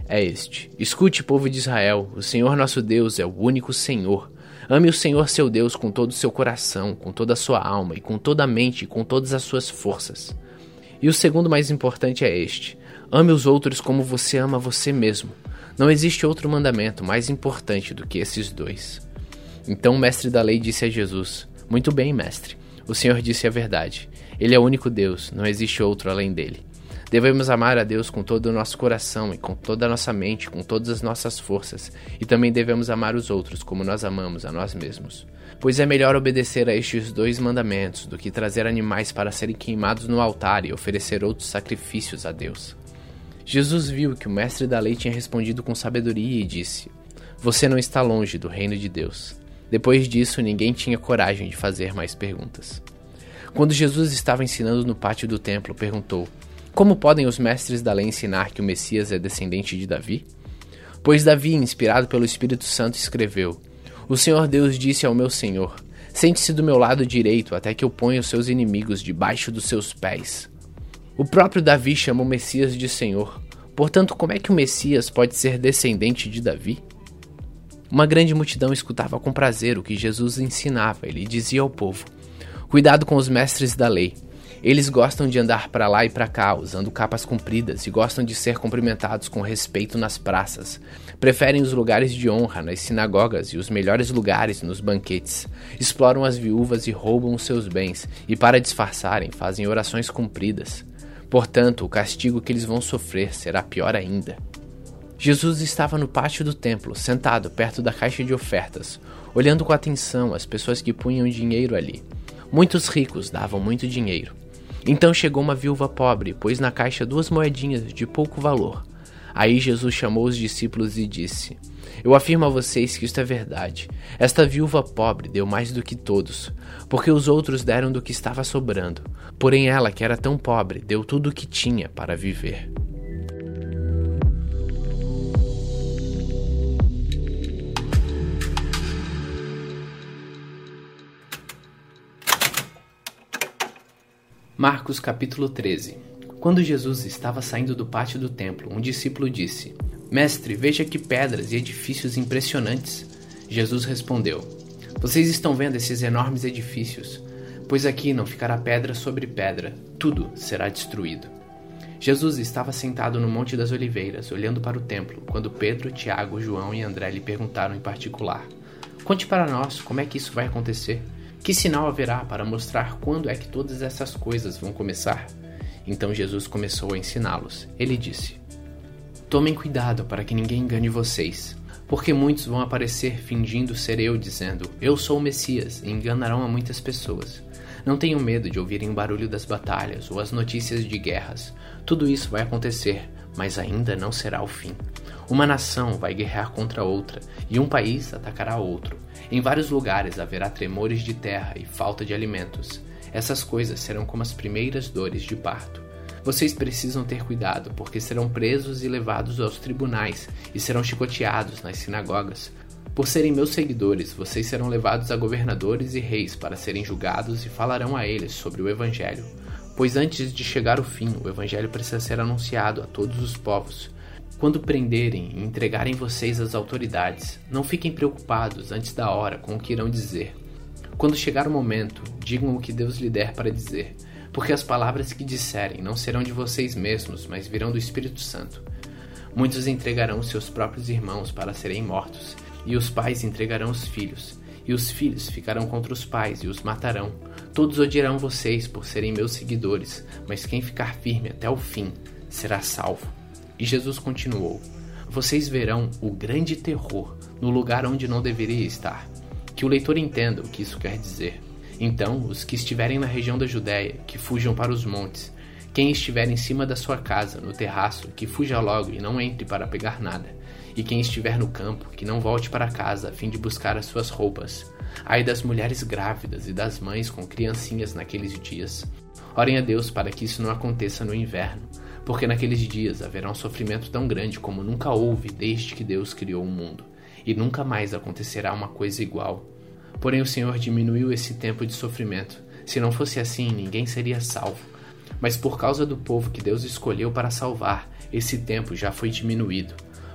é este: escute, povo de Israel, o Senhor nosso Deus é o único Senhor. Ame o Senhor seu Deus com todo o seu coração, com toda a sua alma e com toda a mente e com todas as suas forças. E o segundo mais importante é este: ame os outros como você ama você mesmo. Não existe outro mandamento mais importante do que esses dois. Então o mestre da lei disse a Jesus: muito bem, mestre, o Senhor disse a verdade. Ele é o único Deus, não existe outro além dele. Devemos amar a Deus com todo o nosso coração e com toda a nossa mente, com todas as nossas forças, e também devemos amar os outros como nós amamos a nós mesmos. Pois é melhor obedecer a estes dois mandamentos do que trazer animais para serem queimados no altar e oferecer outros sacrifícios a Deus. Jesus viu que o mestre da lei tinha respondido com sabedoria e disse: você não está longe do reino de Deus. Depois disso, ninguém tinha coragem de fazer mais perguntas. Quando Jesus estava ensinando no pátio do templo, perguntou: como podem os mestres da lei ensinar que o Messias é descendente de Davi? Pois Davi, inspirado pelo Espírito Santo, escreveu: o Senhor Deus disse ao meu Senhor: sente-se do meu lado direito até que eu ponha os seus inimigos debaixo dos seus pés. O próprio Davi chamou o Messias de Senhor. Portanto, como é que o Messias pode ser descendente de Davi? Uma grande multidão escutava com prazer o que Jesus ensinava. Ele dizia ao povo: cuidado com os mestres da lei. Eles gostam de andar para lá e para cá, usando capas compridas, e gostam de ser cumprimentados com respeito nas praças. Preferem os lugares de honra nas sinagogas e os melhores lugares nos banquetes. Exploram as viúvas e roubam os seus bens, e para disfarçarem, fazem orações compridas. Portanto, o castigo que eles vão sofrer será pior ainda. Jesus estava no pátio do templo, sentado perto da caixa de ofertas, olhando com atenção as pessoas que punham dinheiro ali. Muitos ricos davam muito dinheiro. Então chegou uma viúva pobre e pôs na caixa 2 moedinhas de pouco valor. Aí Jesus chamou os discípulos e disse: eu afirmo a vocês que isto é verdade. Esta viúva pobre deu mais do que todos, porque os outros deram do que estava sobrando. Porém ela, que era tão pobre, deu tudo o que tinha para viver. Marcos capítulo 13. Quando Jesus estava saindo do pátio do templo, um discípulo disse: mestre, veja que pedras e edifícios impressionantes. Jesus respondeu: vocês estão vendo esses enormes edifícios? Pois aqui não ficará pedra sobre pedra, tudo será destruído. Jesus estava sentado no Monte das Oliveiras, olhando para o templo, quando Pedro, Tiago, João e André lhe perguntaram em particular: conte para nós como é que isso vai acontecer. Que sinal haverá para mostrar quando é que todas essas coisas vão começar? Então Jesus começou a ensiná-los. Ele disse: tomem cuidado para que ninguém engane vocês, porque muitos vão aparecer fingindo ser eu, dizendo: eu sou o Messias, e enganarão a muitas pessoas. Não tenham medo de ouvirem o barulho das batalhas ou as notícias de guerras. Tudo isso vai acontecer, mas ainda não será o fim. Uma nação vai guerrear contra outra, e um país atacará outro. Em vários lugares haverá tremores de terra e falta de alimentos. Essas coisas serão como as primeiras dores de parto. Vocês precisam ter cuidado, porque serão presos e levados aos tribunais e serão chicoteados nas sinagogas. Por serem meus seguidores, vocês serão levados a governadores e reis para serem julgados e falarão a eles sobre o Evangelho. Pois antes de chegar o fim, o Evangelho precisa ser anunciado a todos os povos. Quando prenderem e entregarem vocês às autoridades, não fiquem preocupados antes da hora com o que irão dizer. Quando chegar o momento, digam o que Deus lhe der para dizer, porque as palavras que disserem não serão de vocês mesmos, mas virão do Espírito Santo. Muitos entregarão seus próprios irmãos para serem mortos, e os pais entregarão os filhos, e os filhos ficarão contra os pais e os matarão. Todos odiarão vocês por serem meus seguidores, mas quem ficar firme até o fim será salvo. E Jesus continuou: vocês verão o grande terror no lugar onde não deveria estar. Que o leitor entenda o que isso quer dizer. Então, os que estiverem na região da Judéia, que fujam para os montes. Quem estiver em cima da sua casa, no terraço, que fuja logo e não entre para pegar nada. E quem estiver no campo, que não volte para casa a fim de buscar as suas roupas. Ai das mulheres grávidas e das mães com criancinhas naqueles dias. Orem a Deus para que isso não aconteça no inverno, porque naqueles dias haverá um sofrimento tão grande como nunca houve desde que Deus criou o mundo, e nunca mais acontecerá uma coisa igual. Porém o Senhor diminuiu esse tempo de sofrimento. Se não fosse assim, ninguém seria salvo. Mas por causa do povo que Deus escolheu para salvar, esse tempo já foi diminuído.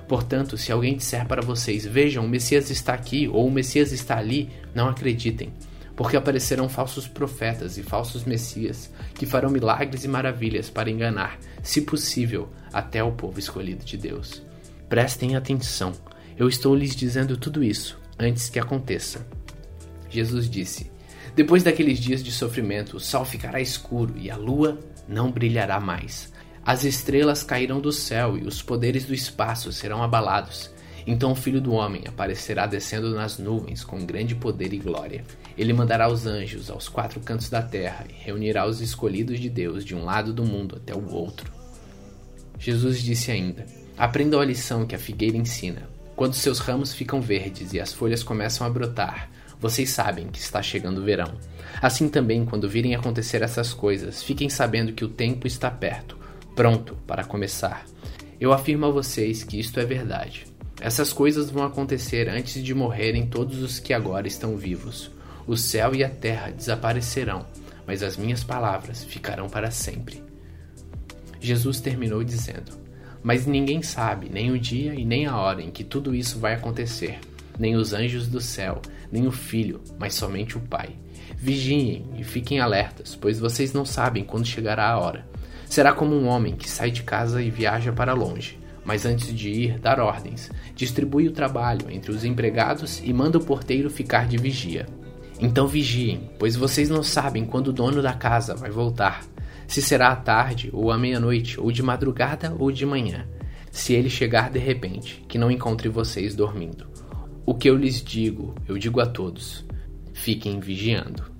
Portanto, se alguém disser para vocês, vejam, o Messias está aqui ou o Messias está ali, não acreditem, porque aparecerão falsos profetas e falsos messias que farão milagres e maravilhas para enganar, se possível, até o povo escolhido de Deus. Prestem atenção, eu estou lhes dizendo tudo isso antes que aconteça. Jesus disse: depois daqueles dias de sofrimento, o sol ficará escuro e a lua não brilhará mais. As estrelas cairão do céu e os poderes do espaço serão abalados. Então o Filho do Homem aparecerá descendo nas nuvens com grande poder e glória. Ele mandará os anjos aos 4 cantos da terra e reunirá os escolhidos de Deus de um lado do mundo até o outro. Jesus disse ainda: aprendam a lição que a figueira ensina. Quando seus ramos ficam verdes e as folhas começam a brotar, vocês sabem que está chegando o verão. Assim também, quando virem acontecer essas coisas, fiquem sabendo que o tempo está perto, pronto para começar. Eu afirmo a vocês que isto é verdade. Essas coisas vão acontecer antes de morrerem todos os que agora estão vivos. O céu e a terra desaparecerão, mas as minhas palavras ficarão para sempre. Jesus terminou dizendo: mas ninguém sabe nem o dia e nem a hora em que tudo isso vai acontecer, nem os anjos do céu, nem o Filho, mas somente o Pai. Vigiem e fiquem alertas, pois vocês não sabem quando chegará a hora. Será como um homem que sai de casa e viaja para longe, mas antes de ir, dar ordens, distribui o trabalho entre os empregados e manda o porteiro ficar de vigia. Então vigiem, pois vocês não sabem quando o dono da casa vai voltar, se será à tarde ou à meia-noite, ou de madrugada ou de manhã. Se ele chegar de repente, que não encontre vocês dormindo. O que eu lhes digo, eu digo a todos: fiquem vigiando.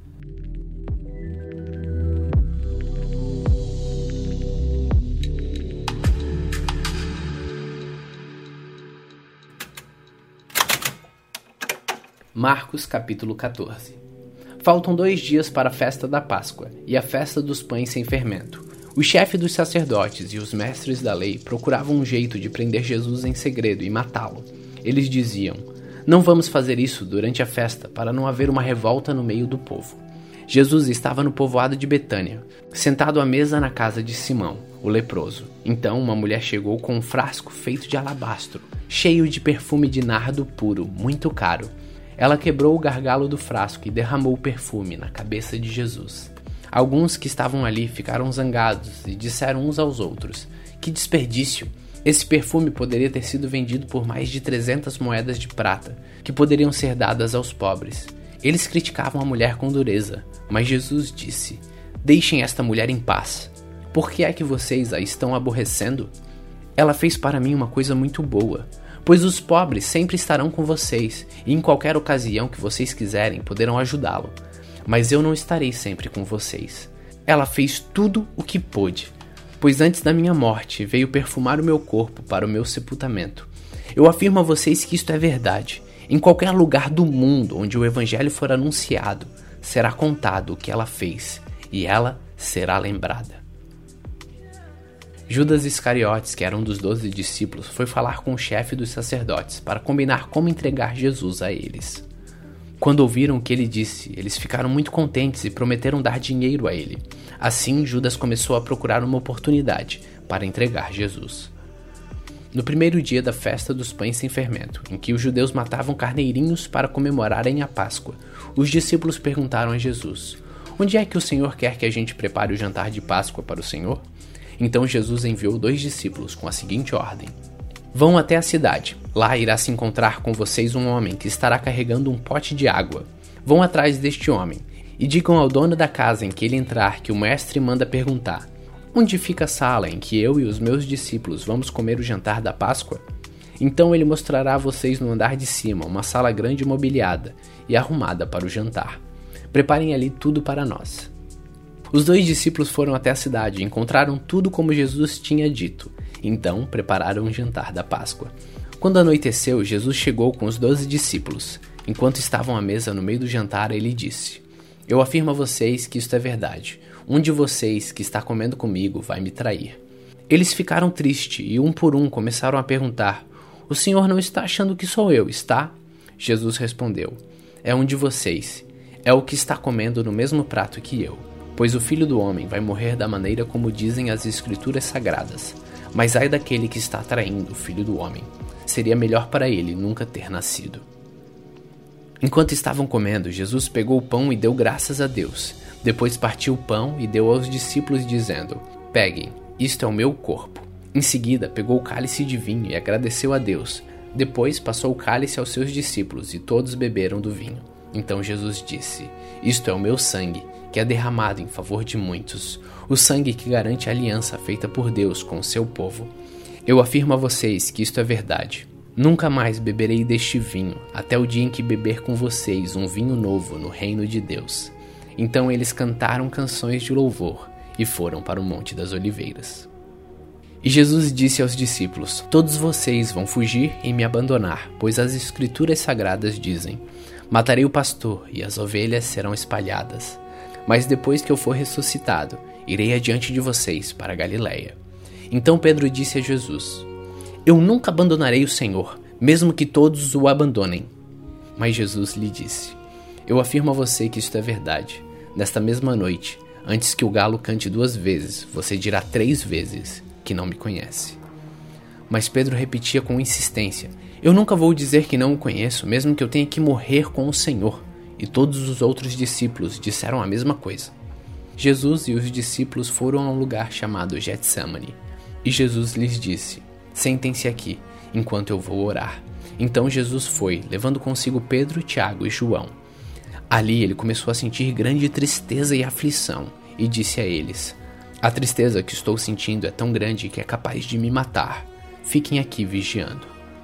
Marcos capítulo 14. Faltam 2 dias para a festa da Páscoa e a festa dos pães sem fermento. O chefe dos sacerdotes e os mestres da lei procuravam um jeito de prender Jesus em segredo e matá-lo. Eles diziam: não vamos fazer isso durante a festa para não haver uma revolta no meio do povo. Jesus estava no povoado de Betânia, sentado à mesa na casa de Simão, o leproso. Então uma mulher chegou com um frasco feito de alabastro, cheio de perfume de nardo puro, muito caro. Ela quebrou o gargalo do frasco e derramou o perfume na cabeça de Jesus. Alguns que estavam ali ficaram zangados e disseram uns aos outros: que desperdício! Esse perfume poderia ter sido vendido por mais de 300 moedas de prata, que poderiam ser dadas aos pobres. Eles criticavam a mulher com dureza, mas Jesus disse: deixem esta mulher em paz. Por que é que vocês a estão aborrecendo? Ela fez para mim uma coisa muito boa. Pois os pobres sempre estarão com vocês, e em qualquer ocasião que vocês quiserem poderão ajudá-lo. Mas eu não estarei sempre com vocês. Ela fez tudo o que pôde, pois antes da minha morte veio perfumar o meu corpo para o meu sepultamento. Eu afirmo a vocês que isto é verdade. Em qualquer lugar do mundo onde o evangelho for anunciado, será contado o que ela fez, e ela será lembrada. Judas Iscariotes, que era um dos 12 discípulos, foi falar com o chefe dos sacerdotes para combinar como entregar Jesus a eles. Quando ouviram o que ele disse, eles ficaram muito contentes e prometeram dar dinheiro a ele. Assim, Judas começou a procurar uma oportunidade para entregar Jesus. No primeiro dia da festa dos pães sem fermento, em que os judeus matavam carneirinhos para comemorarem a Páscoa, os discípulos perguntaram a Jesus: onde é que o Senhor quer que a gente prepare o jantar de Páscoa para o Senhor? Então Jesus enviou 2 discípulos com a seguinte ordem: vão até a cidade. Lá irá se encontrar com vocês um homem que estará carregando um pote de água. Vão atrás deste homem e digam ao dono da casa em que ele entrar que o mestre manda perguntar: onde fica a sala em que eu e os meus discípulos vamos comer o jantar da Páscoa? Então ele mostrará a vocês no andar de cima uma sala grande mobiliada e arrumada para o jantar. Preparem ali tudo para nós. Os 2 discípulos foram até a cidade e encontraram tudo como Jesus tinha dito. Então prepararam o jantar da Páscoa. Quando anoiteceu, Jesus chegou com os 12 discípulos. Enquanto estavam à mesa no meio do jantar, ele disse: eu afirmo a vocês que isto é verdade. Um de vocês que está comendo comigo vai me trair. Eles ficaram tristes e um por um começaram a perguntar: o senhor não está achando que sou eu, está? Jesus respondeu: é um de vocês. É o que está comendo no mesmo prato que eu. Pois o Filho do Homem vai morrer da maneira como dizem as Escrituras Sagradas. Mas ai daquele que está traindo o Filho do Homem. seria melhor para ele nunca ter nascido. Enquanto estavam comendo, Jesus pegou o pão e deu graças a Deus. Depois partiu o pão e deu aos discípulos, dizendo: "Peguem, isto é o meu corpo." Em seguida, pegou o cálice de vinho e agradeceu a Deus. Depois passou o cálice aos seus discípulos e todos beberam do vinho. Então Jesus disse: "Isto é o meu sangue, que é derramado em favor de muitos, o sangue que garante a aliança feita por Deus com o seu povo. Eu afirmo a vocês que isto é verdade. Nunca mais beberei deste vinho, até o dia em que beber com vocês um vinho novo no reino de Deus." Então eles cantaram canções de louvor e foram para o Monte das Oliveiras. E Jesus disse aos discípulos: "Todos vocês vão fugir e me abandonar, pois as Escrituras Sagradas dizem: matarei o pastor e as ovelhas serão espalhadas. Mas depois que eu for ressuscitado, irei adiante de vocês para a Galiléia." Então Pedro disse a Jesus: "Eu nunca abandonarei o Senhor, mesmo que todos o abandonem." Mas Jesus lhe disse: "Eu afirmo a você que isto é verdade. Nesta mesma noite, antes que o galo cante 2 vezes, você dirá 3 vezes que não me conhece." Mas Pedro repetia com insistência: "Eu nunca vou dizer que não o conheço, mesmo que eu tenha que morrer com o Senhor." E todos os outros discípulos disseram a mesma coisa. Jesus e os discípulos foram a um lugar chamado Getsêmani. E Jesus lhes disse: "Sentem-se aqui, enquanto eu vou orar." Então Jesus foi, levando consigo Pedro, Tiago e João. Ali ele começou a sentir grande tristeza e aflição, e disse a eles: "A tristeza que estou sentindo é tão grande que é capaz de me matar. Fiquem aqui vigiando."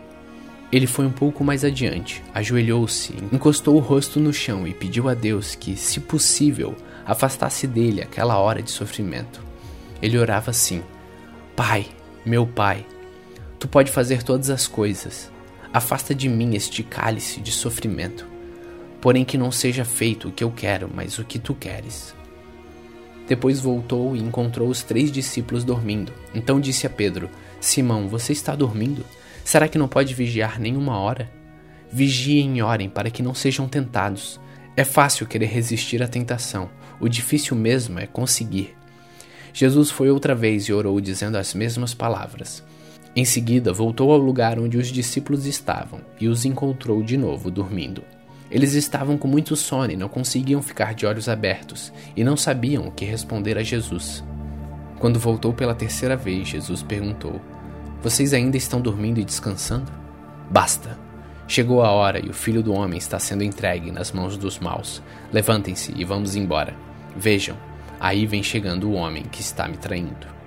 Ele foi um pouco mais adiante, ajoelhou-se, encostou o rosto no chão e pediu a Deus que, se possível, afastasse dele aquela hora de sofrimento. Ele orava assim: "Pai, meu Pai, Tu pode fazer todas as coisas. Afasta de mim este cálice de sofrimento. Porém que não seja feito o que eu quero, mas o que Tu queres." Depois voltou e encontrou os 3 discípulos dormindo. Então disse a Pedro: "Simão, você está dormindo? Será que não pode vigiar nem 1 hora? Vigiem e orem para que não sejam tentados. É fácil querer resistir à tentação. O difícil mesmo é conseguir." Jesus foi outra vez e orou, dizendo as mesmas palavras. Em seguida, voltou ao lugar onde os discípulos estavam e os encontrou de novo dormindo. Eles estavam com muito sono e não conseguiam ficar de olhos abertos, e não sabiam o que responder a Jesus. Quando voltou pela 3ª vez, Jesus perguntou: "Vocês ainda estão dormindo e descansando? Basta! Chegou a hora e o Filho do Homem está sendo entregue nas mãos dos maus. Levantem-se e vamos embora. Vejam, aí vem chegando o homem que está me traindo."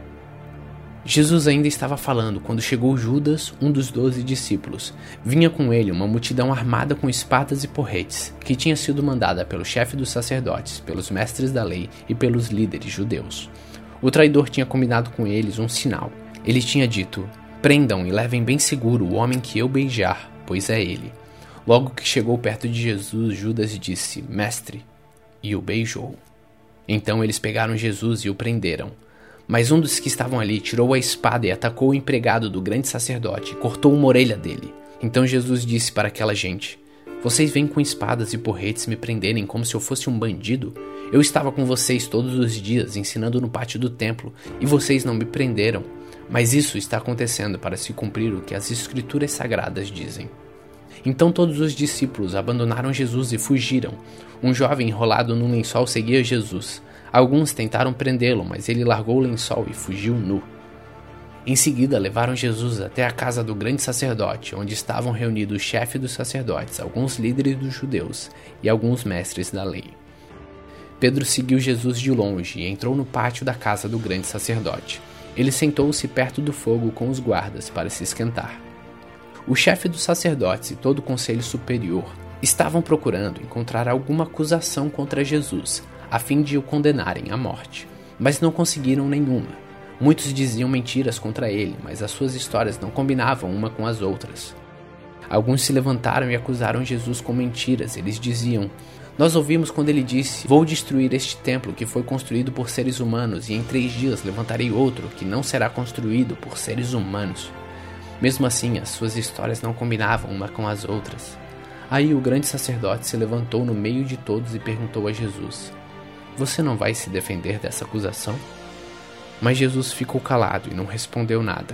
Jesus ainda estava falando quando chegou Judas, um dos 12 discípulos. Vinha com ele uma multidão armada com espadas e porretes, que tinha sido mandada pelo chefe dos sacerdotes, pelos mestres da lei e pelos líderes judeus. O traidor tinha combinado com eles um sinal. Ele tinha dito: "Prendam e levem bem seguro o homem que eu beijar, pois é ele." Logo que chegou perto de Jesus, Judas disse: "Mestre", e o beijou. Então eles pegaram Jesus e o prenderam. Mas um dos que estavam ali tirou a espada e atacou o empregado do grande sacerdote e cortou uma orelha dele. Então Jesus disse para aquela gente: "Vocês vêm com espadas e porretes me prenderem como se eu fosse um bandido? Eu estava com vocês todos os dias ensinando no pátio do templo e vocês não me prenderam. Mas isso está acontecendo para se cumprir o que as Escrituras Sagradas dizem." Então todos os discípulos abandonaram Jesus e fugiram. Um jovem enrolado num lençol seguia Jesus. Alguns tentaram prendê-lo, mas ele largou o lençol e fugiu nu. Em seguida, levaram Jesus até a casa do grande sacerdote, onde estavam reunidos o chefe dos sacerdotes, alguns líderes dos judeus e alguns mestres da lei. Pedro seguiu Jesus de longe e entrou no pátio da casa do grande sacerdote. Ele sentou-se perto do fogo com os guardas para se esquentar. O chefe dos sacerdotes e todo o conselho superior estavam procurando encontrar alguma acusação contra Jesus, a fim de o condenarem à morte, mas não conseguiram nenhuma. Muitos diziam mentiras contra ele, mas as suas histórias não combinavam uma com as outras. Alguns se levantaram e acusaram Jesus com mentiras. Eles diziam: "Nós ouvimos quando ele disse: 'Vou destruir este templo que foi construído por seres humanos e em 3 dias levantarei outro que não será construído por seres humanos.'" Mesmo assim, as suas histórias não combinavam uma com as outras. Aí o grande sacerdote se levantou no meio de todos e perguntou a Jesus: "Você não vai se defender dessa acusação?" Mas Jesus ficou calado e não respondeu nada.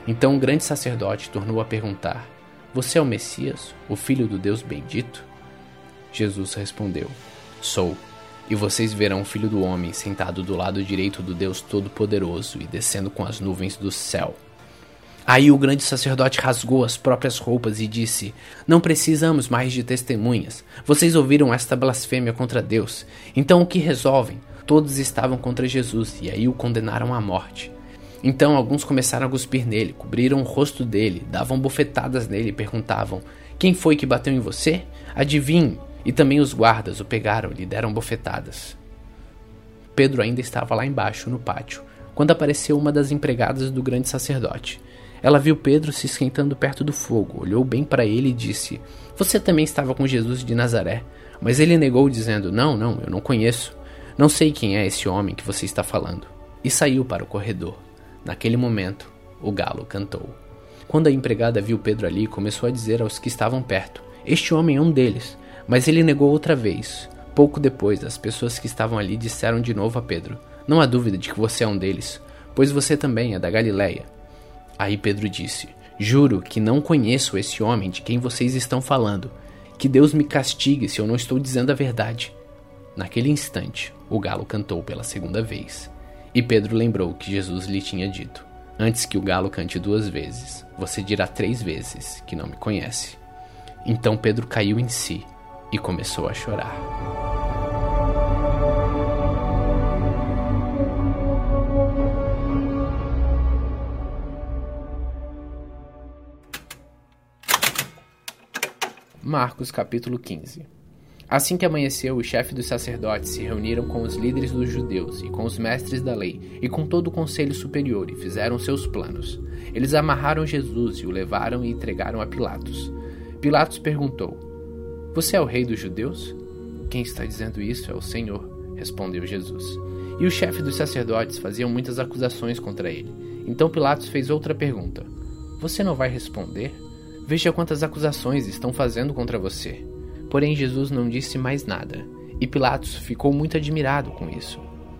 Então o grande sacerdote tornou a perguntar: Você é o Messias, o Filho do Deus bendito? Jesus respondeu: Sou, e vocês verão o Filho do Homem sentado do lado direito do Deus Todo-Poderoso e descendo com as nuvens do céu. Aí o grande sacerdote rasgou as próprias roupas e disse: Não precisamos mais de testemunhas. Vocês ouviram esta blasfêmia contra Deus. Então o que resolvem? Todos estavam contra Jesus e aí o condenaram à morte. Então alguns começaram a cuspir nele, cobriram o rosto dele, davam bofetadas nele e perguntavam: Quem foi que bateu em você? Adivinhe. E também os guardas o pegaram e lhe deram bofetadas. Pedro ainda estava lá embaixo, no pátio, quando apareceu uma das empregadas do grande sacerdote. Ela viu Pedro se esquentando perto do fogo, olhou bem para ele e disse: Você também estava com Jesus de Nazaré. Mas ele negou, dizendo: Não, eu não conheço. Não sei quem é esse homem que você está falando. E saiu para o corredor. Naquele momento, o galo cantou. Quando a empregada viu Pedro ali, começou a dizer aos que estavam perto: Este homem é um deles. Mas ele negou outra vez. Pouco depois, as pessoas que estavam ali disseram de novo a Pedro: Não há dúvida de que você é um deles, pois você também é da Galileia. Aí Pedro disse: Juro que não conheço esse homem de quem vocês estão falando. Que Deus me castigue se eu não estou dizendo a verdade. Naquele instante, o galo cantou pela segunda vez. E Pedro lembrou que Jesus lhe tinha dito: Antes que o galo cante 2 vezes, você dirá 3 vezes que não me conhece. Então Pedro caiu em si e começou a chorar. Marcos capítulo 15. Assim que amanheceu, os chefes dos sacerdotes se reuniram com os líderes dos judeus e com os mestres da lei e com todo o conselho superior e fizeram seus planos. Eles amarraram Jesus e o levaram e entregaram a Pilatos. Pilatos perguntou: Você é o rei dos judeus? Quem está dizendo isso é o Senhor, respondeu Jesus. E os chefes dos sacerdotes faziam muitas acusações contra ele. Então Pilatos fez outra pergunta: Você não vai responder? Veja quantas acusações estão fazendo contra você. Porém Jesus não disse mais nada, e Pilatos ficou muito admirado com isso.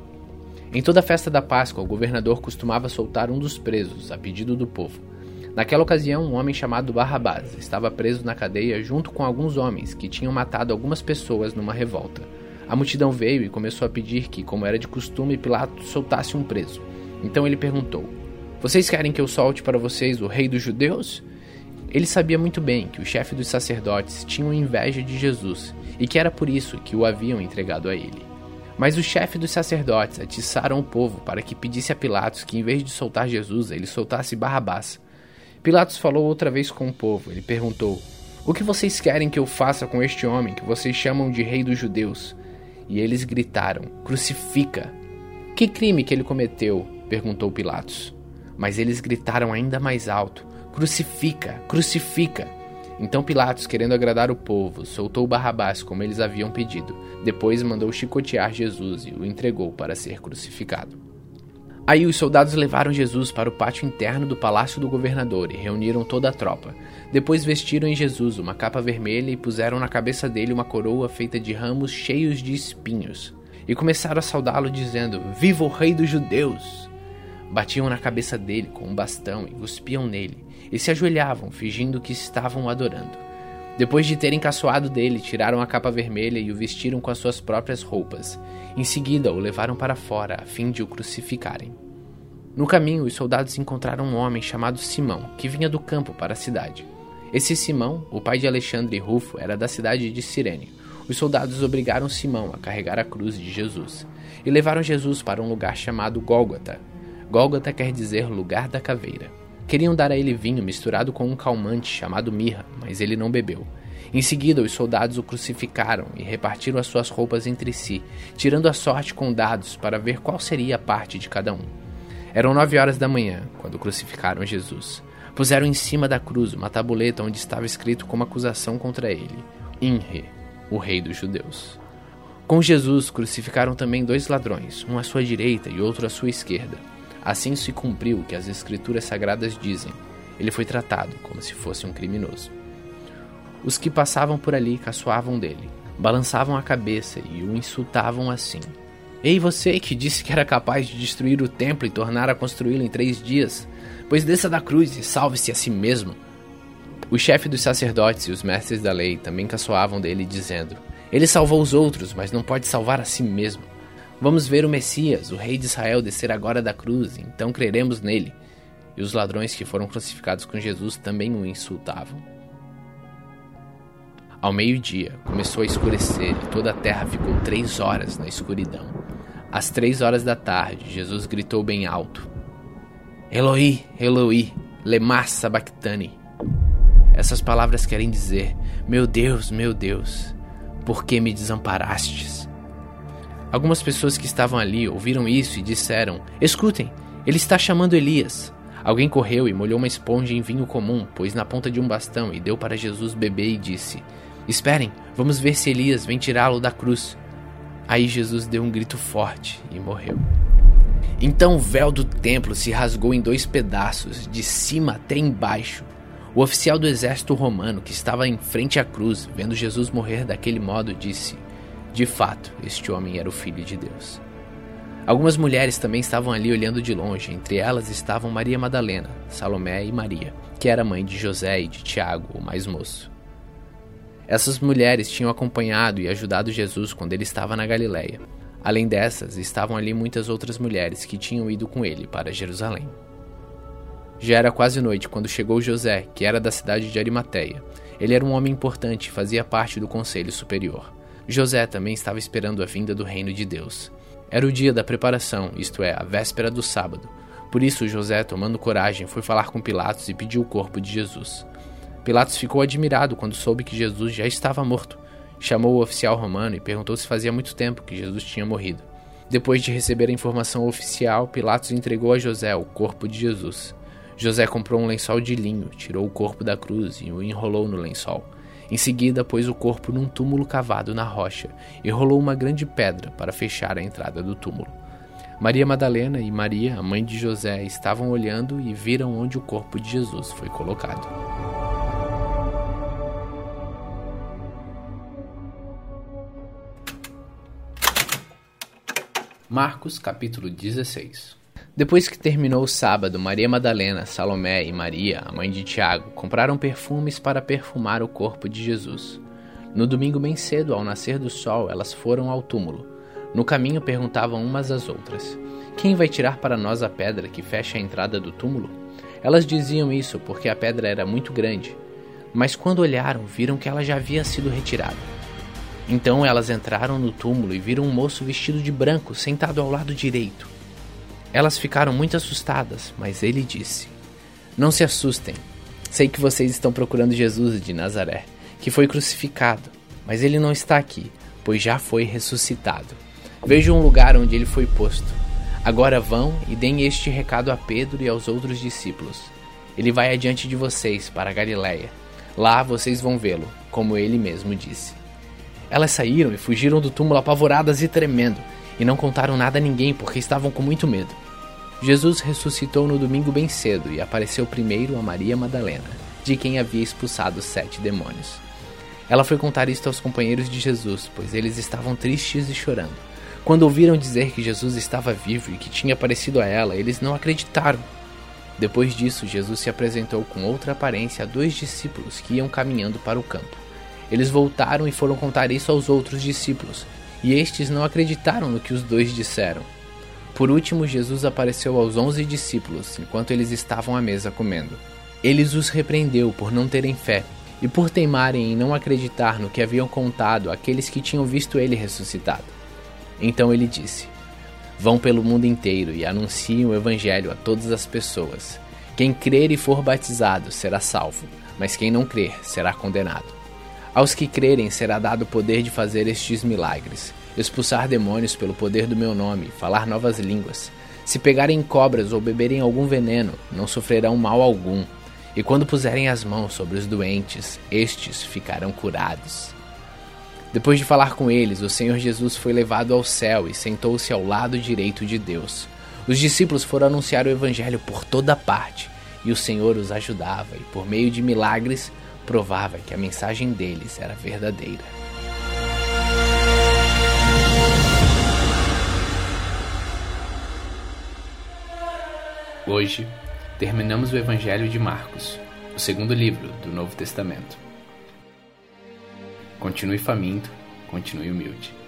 Em toda a festa da Páscoa, o governador costumava soltar um dos presos, a pedido do povo. Naquela ocasião, um homem chamado Barrabás estava preso na cadeia junto com alguns homens que tinham matado algumas pessoas numa revolta. A multidão veio e começou a pedir que, como era de costume, Pilatos soltasse um preso. Então ele perguntou: Vocês querem que eu solte para vocês o rei dos judeus? Ele sabia muito bem que os chefes dos sacerdotes tinham inveja de Jesus e que era por isso que o haviam entregado a ele. Mas os chefes dos sacerdotes atiçaram o povo para que pedisse a Pilatos que, em vez de soltar Jesus, ele soltasse Barrabás. Pilatos falou outra vez com o povo. Ele perguntou: O que vocês querem que eu faça com este homem que vocês chamam de rei dos judeus? E eles gritaram: Crucifica! Que crime que ele cometeu? Perguntou Pilatos. Mas eles gritaram ainda mais alto: Crucifica! Crucifica! Então Pilatos, querendo agradar o povo, soltou Barrabás como eles haviam pedido. Depois mandou chicotear Jesus e o entregou para ser crucificado. Aí os soldados levaram Jesus para o pátio interno do palácio do governador e reuniram toda a tropa. Depois vestiram em Jesus uma capa vermelha e puseram na cabeça dele uma coroa feita de ramos cheios de espinhos. E começaram a saudá-lo dizendo: Viva o rei dos judeus! Batiam na cabeça dele com um bastão e cuspiam nele, e se ajoelhavam, fingindo que estavam o adorando. Depois de terem caçoado dele, tiraram a capa vermelha e o vestiram com as suas próprias roupas. Em seguida, o levaram para fora, a fim de o crucificarem. No caminho, os soldados encontraram um homem chamado Simão, que vinha do campo para a cidade. Esse Simão, o pai de Alexandre e Rufo, era da cidade de Cirene. Os soldados obrigaram Simão a carregar a cruz de Jesus, e levaram Jesus para um lugar chamado Gólgota. Gólgota quer dizer lugar da caveira. Queriam dar a ele vinho misturado com um calmante chamado mirra, mas ele não bebeu. Em seguida, os soldados o crucificaram e repartiram as suas roupas entre si, tirando a sorte com dados para ver qual seria a parte de cada um. Eram 9 horas da manhã, quando crucificaram Jesus. Puseram em cima da cruz uma tabuleta onde estava escrito como acusação contra ele: INRE, o rei dos judeus. Com Jesus crucificaram também 2 ladrões, um à sua direita e outro à sua esquerda. Assim se cumpriu o que as escrituras sagradas dizem: ele foi tratado como se fosse um criminoso. Os que passavam por ali caçoavam dele, balançavam a cabeça e o insultavam assim: Ei, você que disse que era capaz de destruir o templo e tornar a construí-lo em 3 dias, pois desça da cruz e salve-se a si mesmo. O chefe dos sacerdotes e os mestres da lei também caçoavam dele, dizendo: ele salvou os outros, mas não pode salvar a si mesmo. Vamos ver o Messias, o rei de Israel, descer agora da cruz, então creremos nele. E os ladrões que foram crucificados com Jesus também o insultavam. Ao meio-dia, começou a escurecer e toda a terra ficou 3 horas na escuridão. Às 3 horas da tarde, Jesus gritou bem alto: Eloi, Eloi, lema sabachthani. Essas palavras querem dizer: meu Deus, por que me desamparastes? Algumas pessoas que estavam ali ouviram isso e disseram: escutem, ele está chamando Elias. Alguém correu e molhou uma esponja em vinho comum, pôs na ponta de um bastão e deu para Jesus beber e disse: esperem, vamos ver se Elias vem tirá-lo da cruz. Aí Jesus deu um grito forte e morreu. Então o véu do templo se rasgou em 2 pedaços, de cima até embaixo. O oficial do exército romano, que estava em frente à cruz, vendo Jesus morrer daquele modo, disse: de fato, este homem era o Filho de Deus. Algumas mulheres também estavam ali olhando de longe. Entre elas estavam Maria Madalena, Salomé e Maria, que era mãe de José e de Tiago, o mais moço. Essas mulheres tinham acompanhado e ajudado Jesus quando ele estava na Galileia. Além dessas, estavam ali muitas outras mulheres que tinham ido com ele para Jerusalém. Já era quase noite quando chegou José, que era da cidade de Arimateia. Ele era um homem importante e fazia parte do conselho superior. José também estava esperando a vinda do reino de Deus. Era o dia da preparação, isto é, a véspera do sábado. Por isso José, tomando coragem, foi falar com Pilatos e pediu o corpo de Jesus. Pilatos ficou admirado quando soube que Jesus já estava morto. Chamou o oficial romano e perguntou se fazia muito tempo que Jesus tinha morrido. Depois de receber a informação oficial, Pilatos entregou a José o corpo de Jesus. José comprou um lençol de linho, tirou o corpo da cruz e o enrolou no lençol. Em seguida, pôs o corpo num túmulo cavado na rocha e rolou uma grande pedra para fechar a entrada do túmulo. Maria Madalena e Maria, a mãe de José, estavam olhando e viram onde o corpo de Jesus foi colocado. Marcos capítulo 16. Depois que terminou o sábado, Maria Madalena, Salomé e Maria, a mãe de Tiago, compraram perfumes para perfumar o corpo de Jesus. No domingo bem cedo, ao nascer do sol, elas foram ao túmulo. No caminho perguntavam umas às outras: quem vai tirar para nós a pedra que fecha a entrada do túmulo? Elas diziam isso porque a pedra era muito grande, mas quando olharam, viram que ela já havia sido retirada. Então elas entraram no túmulo e viram um moço vestido de branco sentado ao lado direito. Elas ficaram muito assustadas, mas ele disse: não se assustem. Sei que vocês estão procurando Jesus de Nazaré, que foi crucificado, mas ele não está aqui, pois já foi ressuscitado. Vejam um lugar onde ele foi posto. Agora vão e deem este recado a Pedro e aos outros discípulos. Ele vai adiante de vocês para a Galileia. Lá vocês vão vê-lo, como ele mesmo disse. Elas saíram e fugiram do túmulo apavoradas e tremendo, e não contaram nada a ninguém porque estavam com muito medo. Jesus ressuscitou no domingo bem cedo e apareceu primeiro a Maria Madalena, de quem havia expulsado 7 demônios. Ela foi contar isto aos companheiros de Jesus, pois eles estavam tristes e chorando. Quando ouviram dizer que Jesus estava vivo e que tinha aparecido a ela, eles não acreditaram. Depois disso, Jesus se apresentou com outra aparência a 2 discípulos que iam caminhando para o campo. Eles voltaram e foram contar isso aos outros discípulos, e estes não acreditaram no que os 2 disseram. Por último, Jesus apareceu aos 11 discípulos, enquanto eles estavam à mesa comendo. Ele os repreendeu por não terem fé e por teimarem em não acreditar no que haviam contado àqueles que tinham visto ele ressuscitado. Então ele disse: vão pelo mundo inteiro e anunciem o evangelho a todas as pessoas. Quem crer e for batizado será salvo, mas quem não crer será condenado. Aos que crerem será dado o poder de fazer estes milagres: expulsar demônios pelo poder do meu nome, falar novas línguas. Se pegarem cobras ou beberem algum veneno, não sofrerão mal algum. E quando puserem as mãos sobre os doentes, estes ficarão curados. Depois de falar com eles, o Senhor Jesus foi levado ao céu e sentou-se ao lado direito de Deus. Os discípulos foram anunciar o evangelho por toda parte, e o Senhor os ajudava e, por meio de milagres, provava que a mensagem deles era verdadeira. Hoje, terminamos o Evangelho de Marcos, o segundo livro do Novo Testamento. Continue faminto, continue humilde.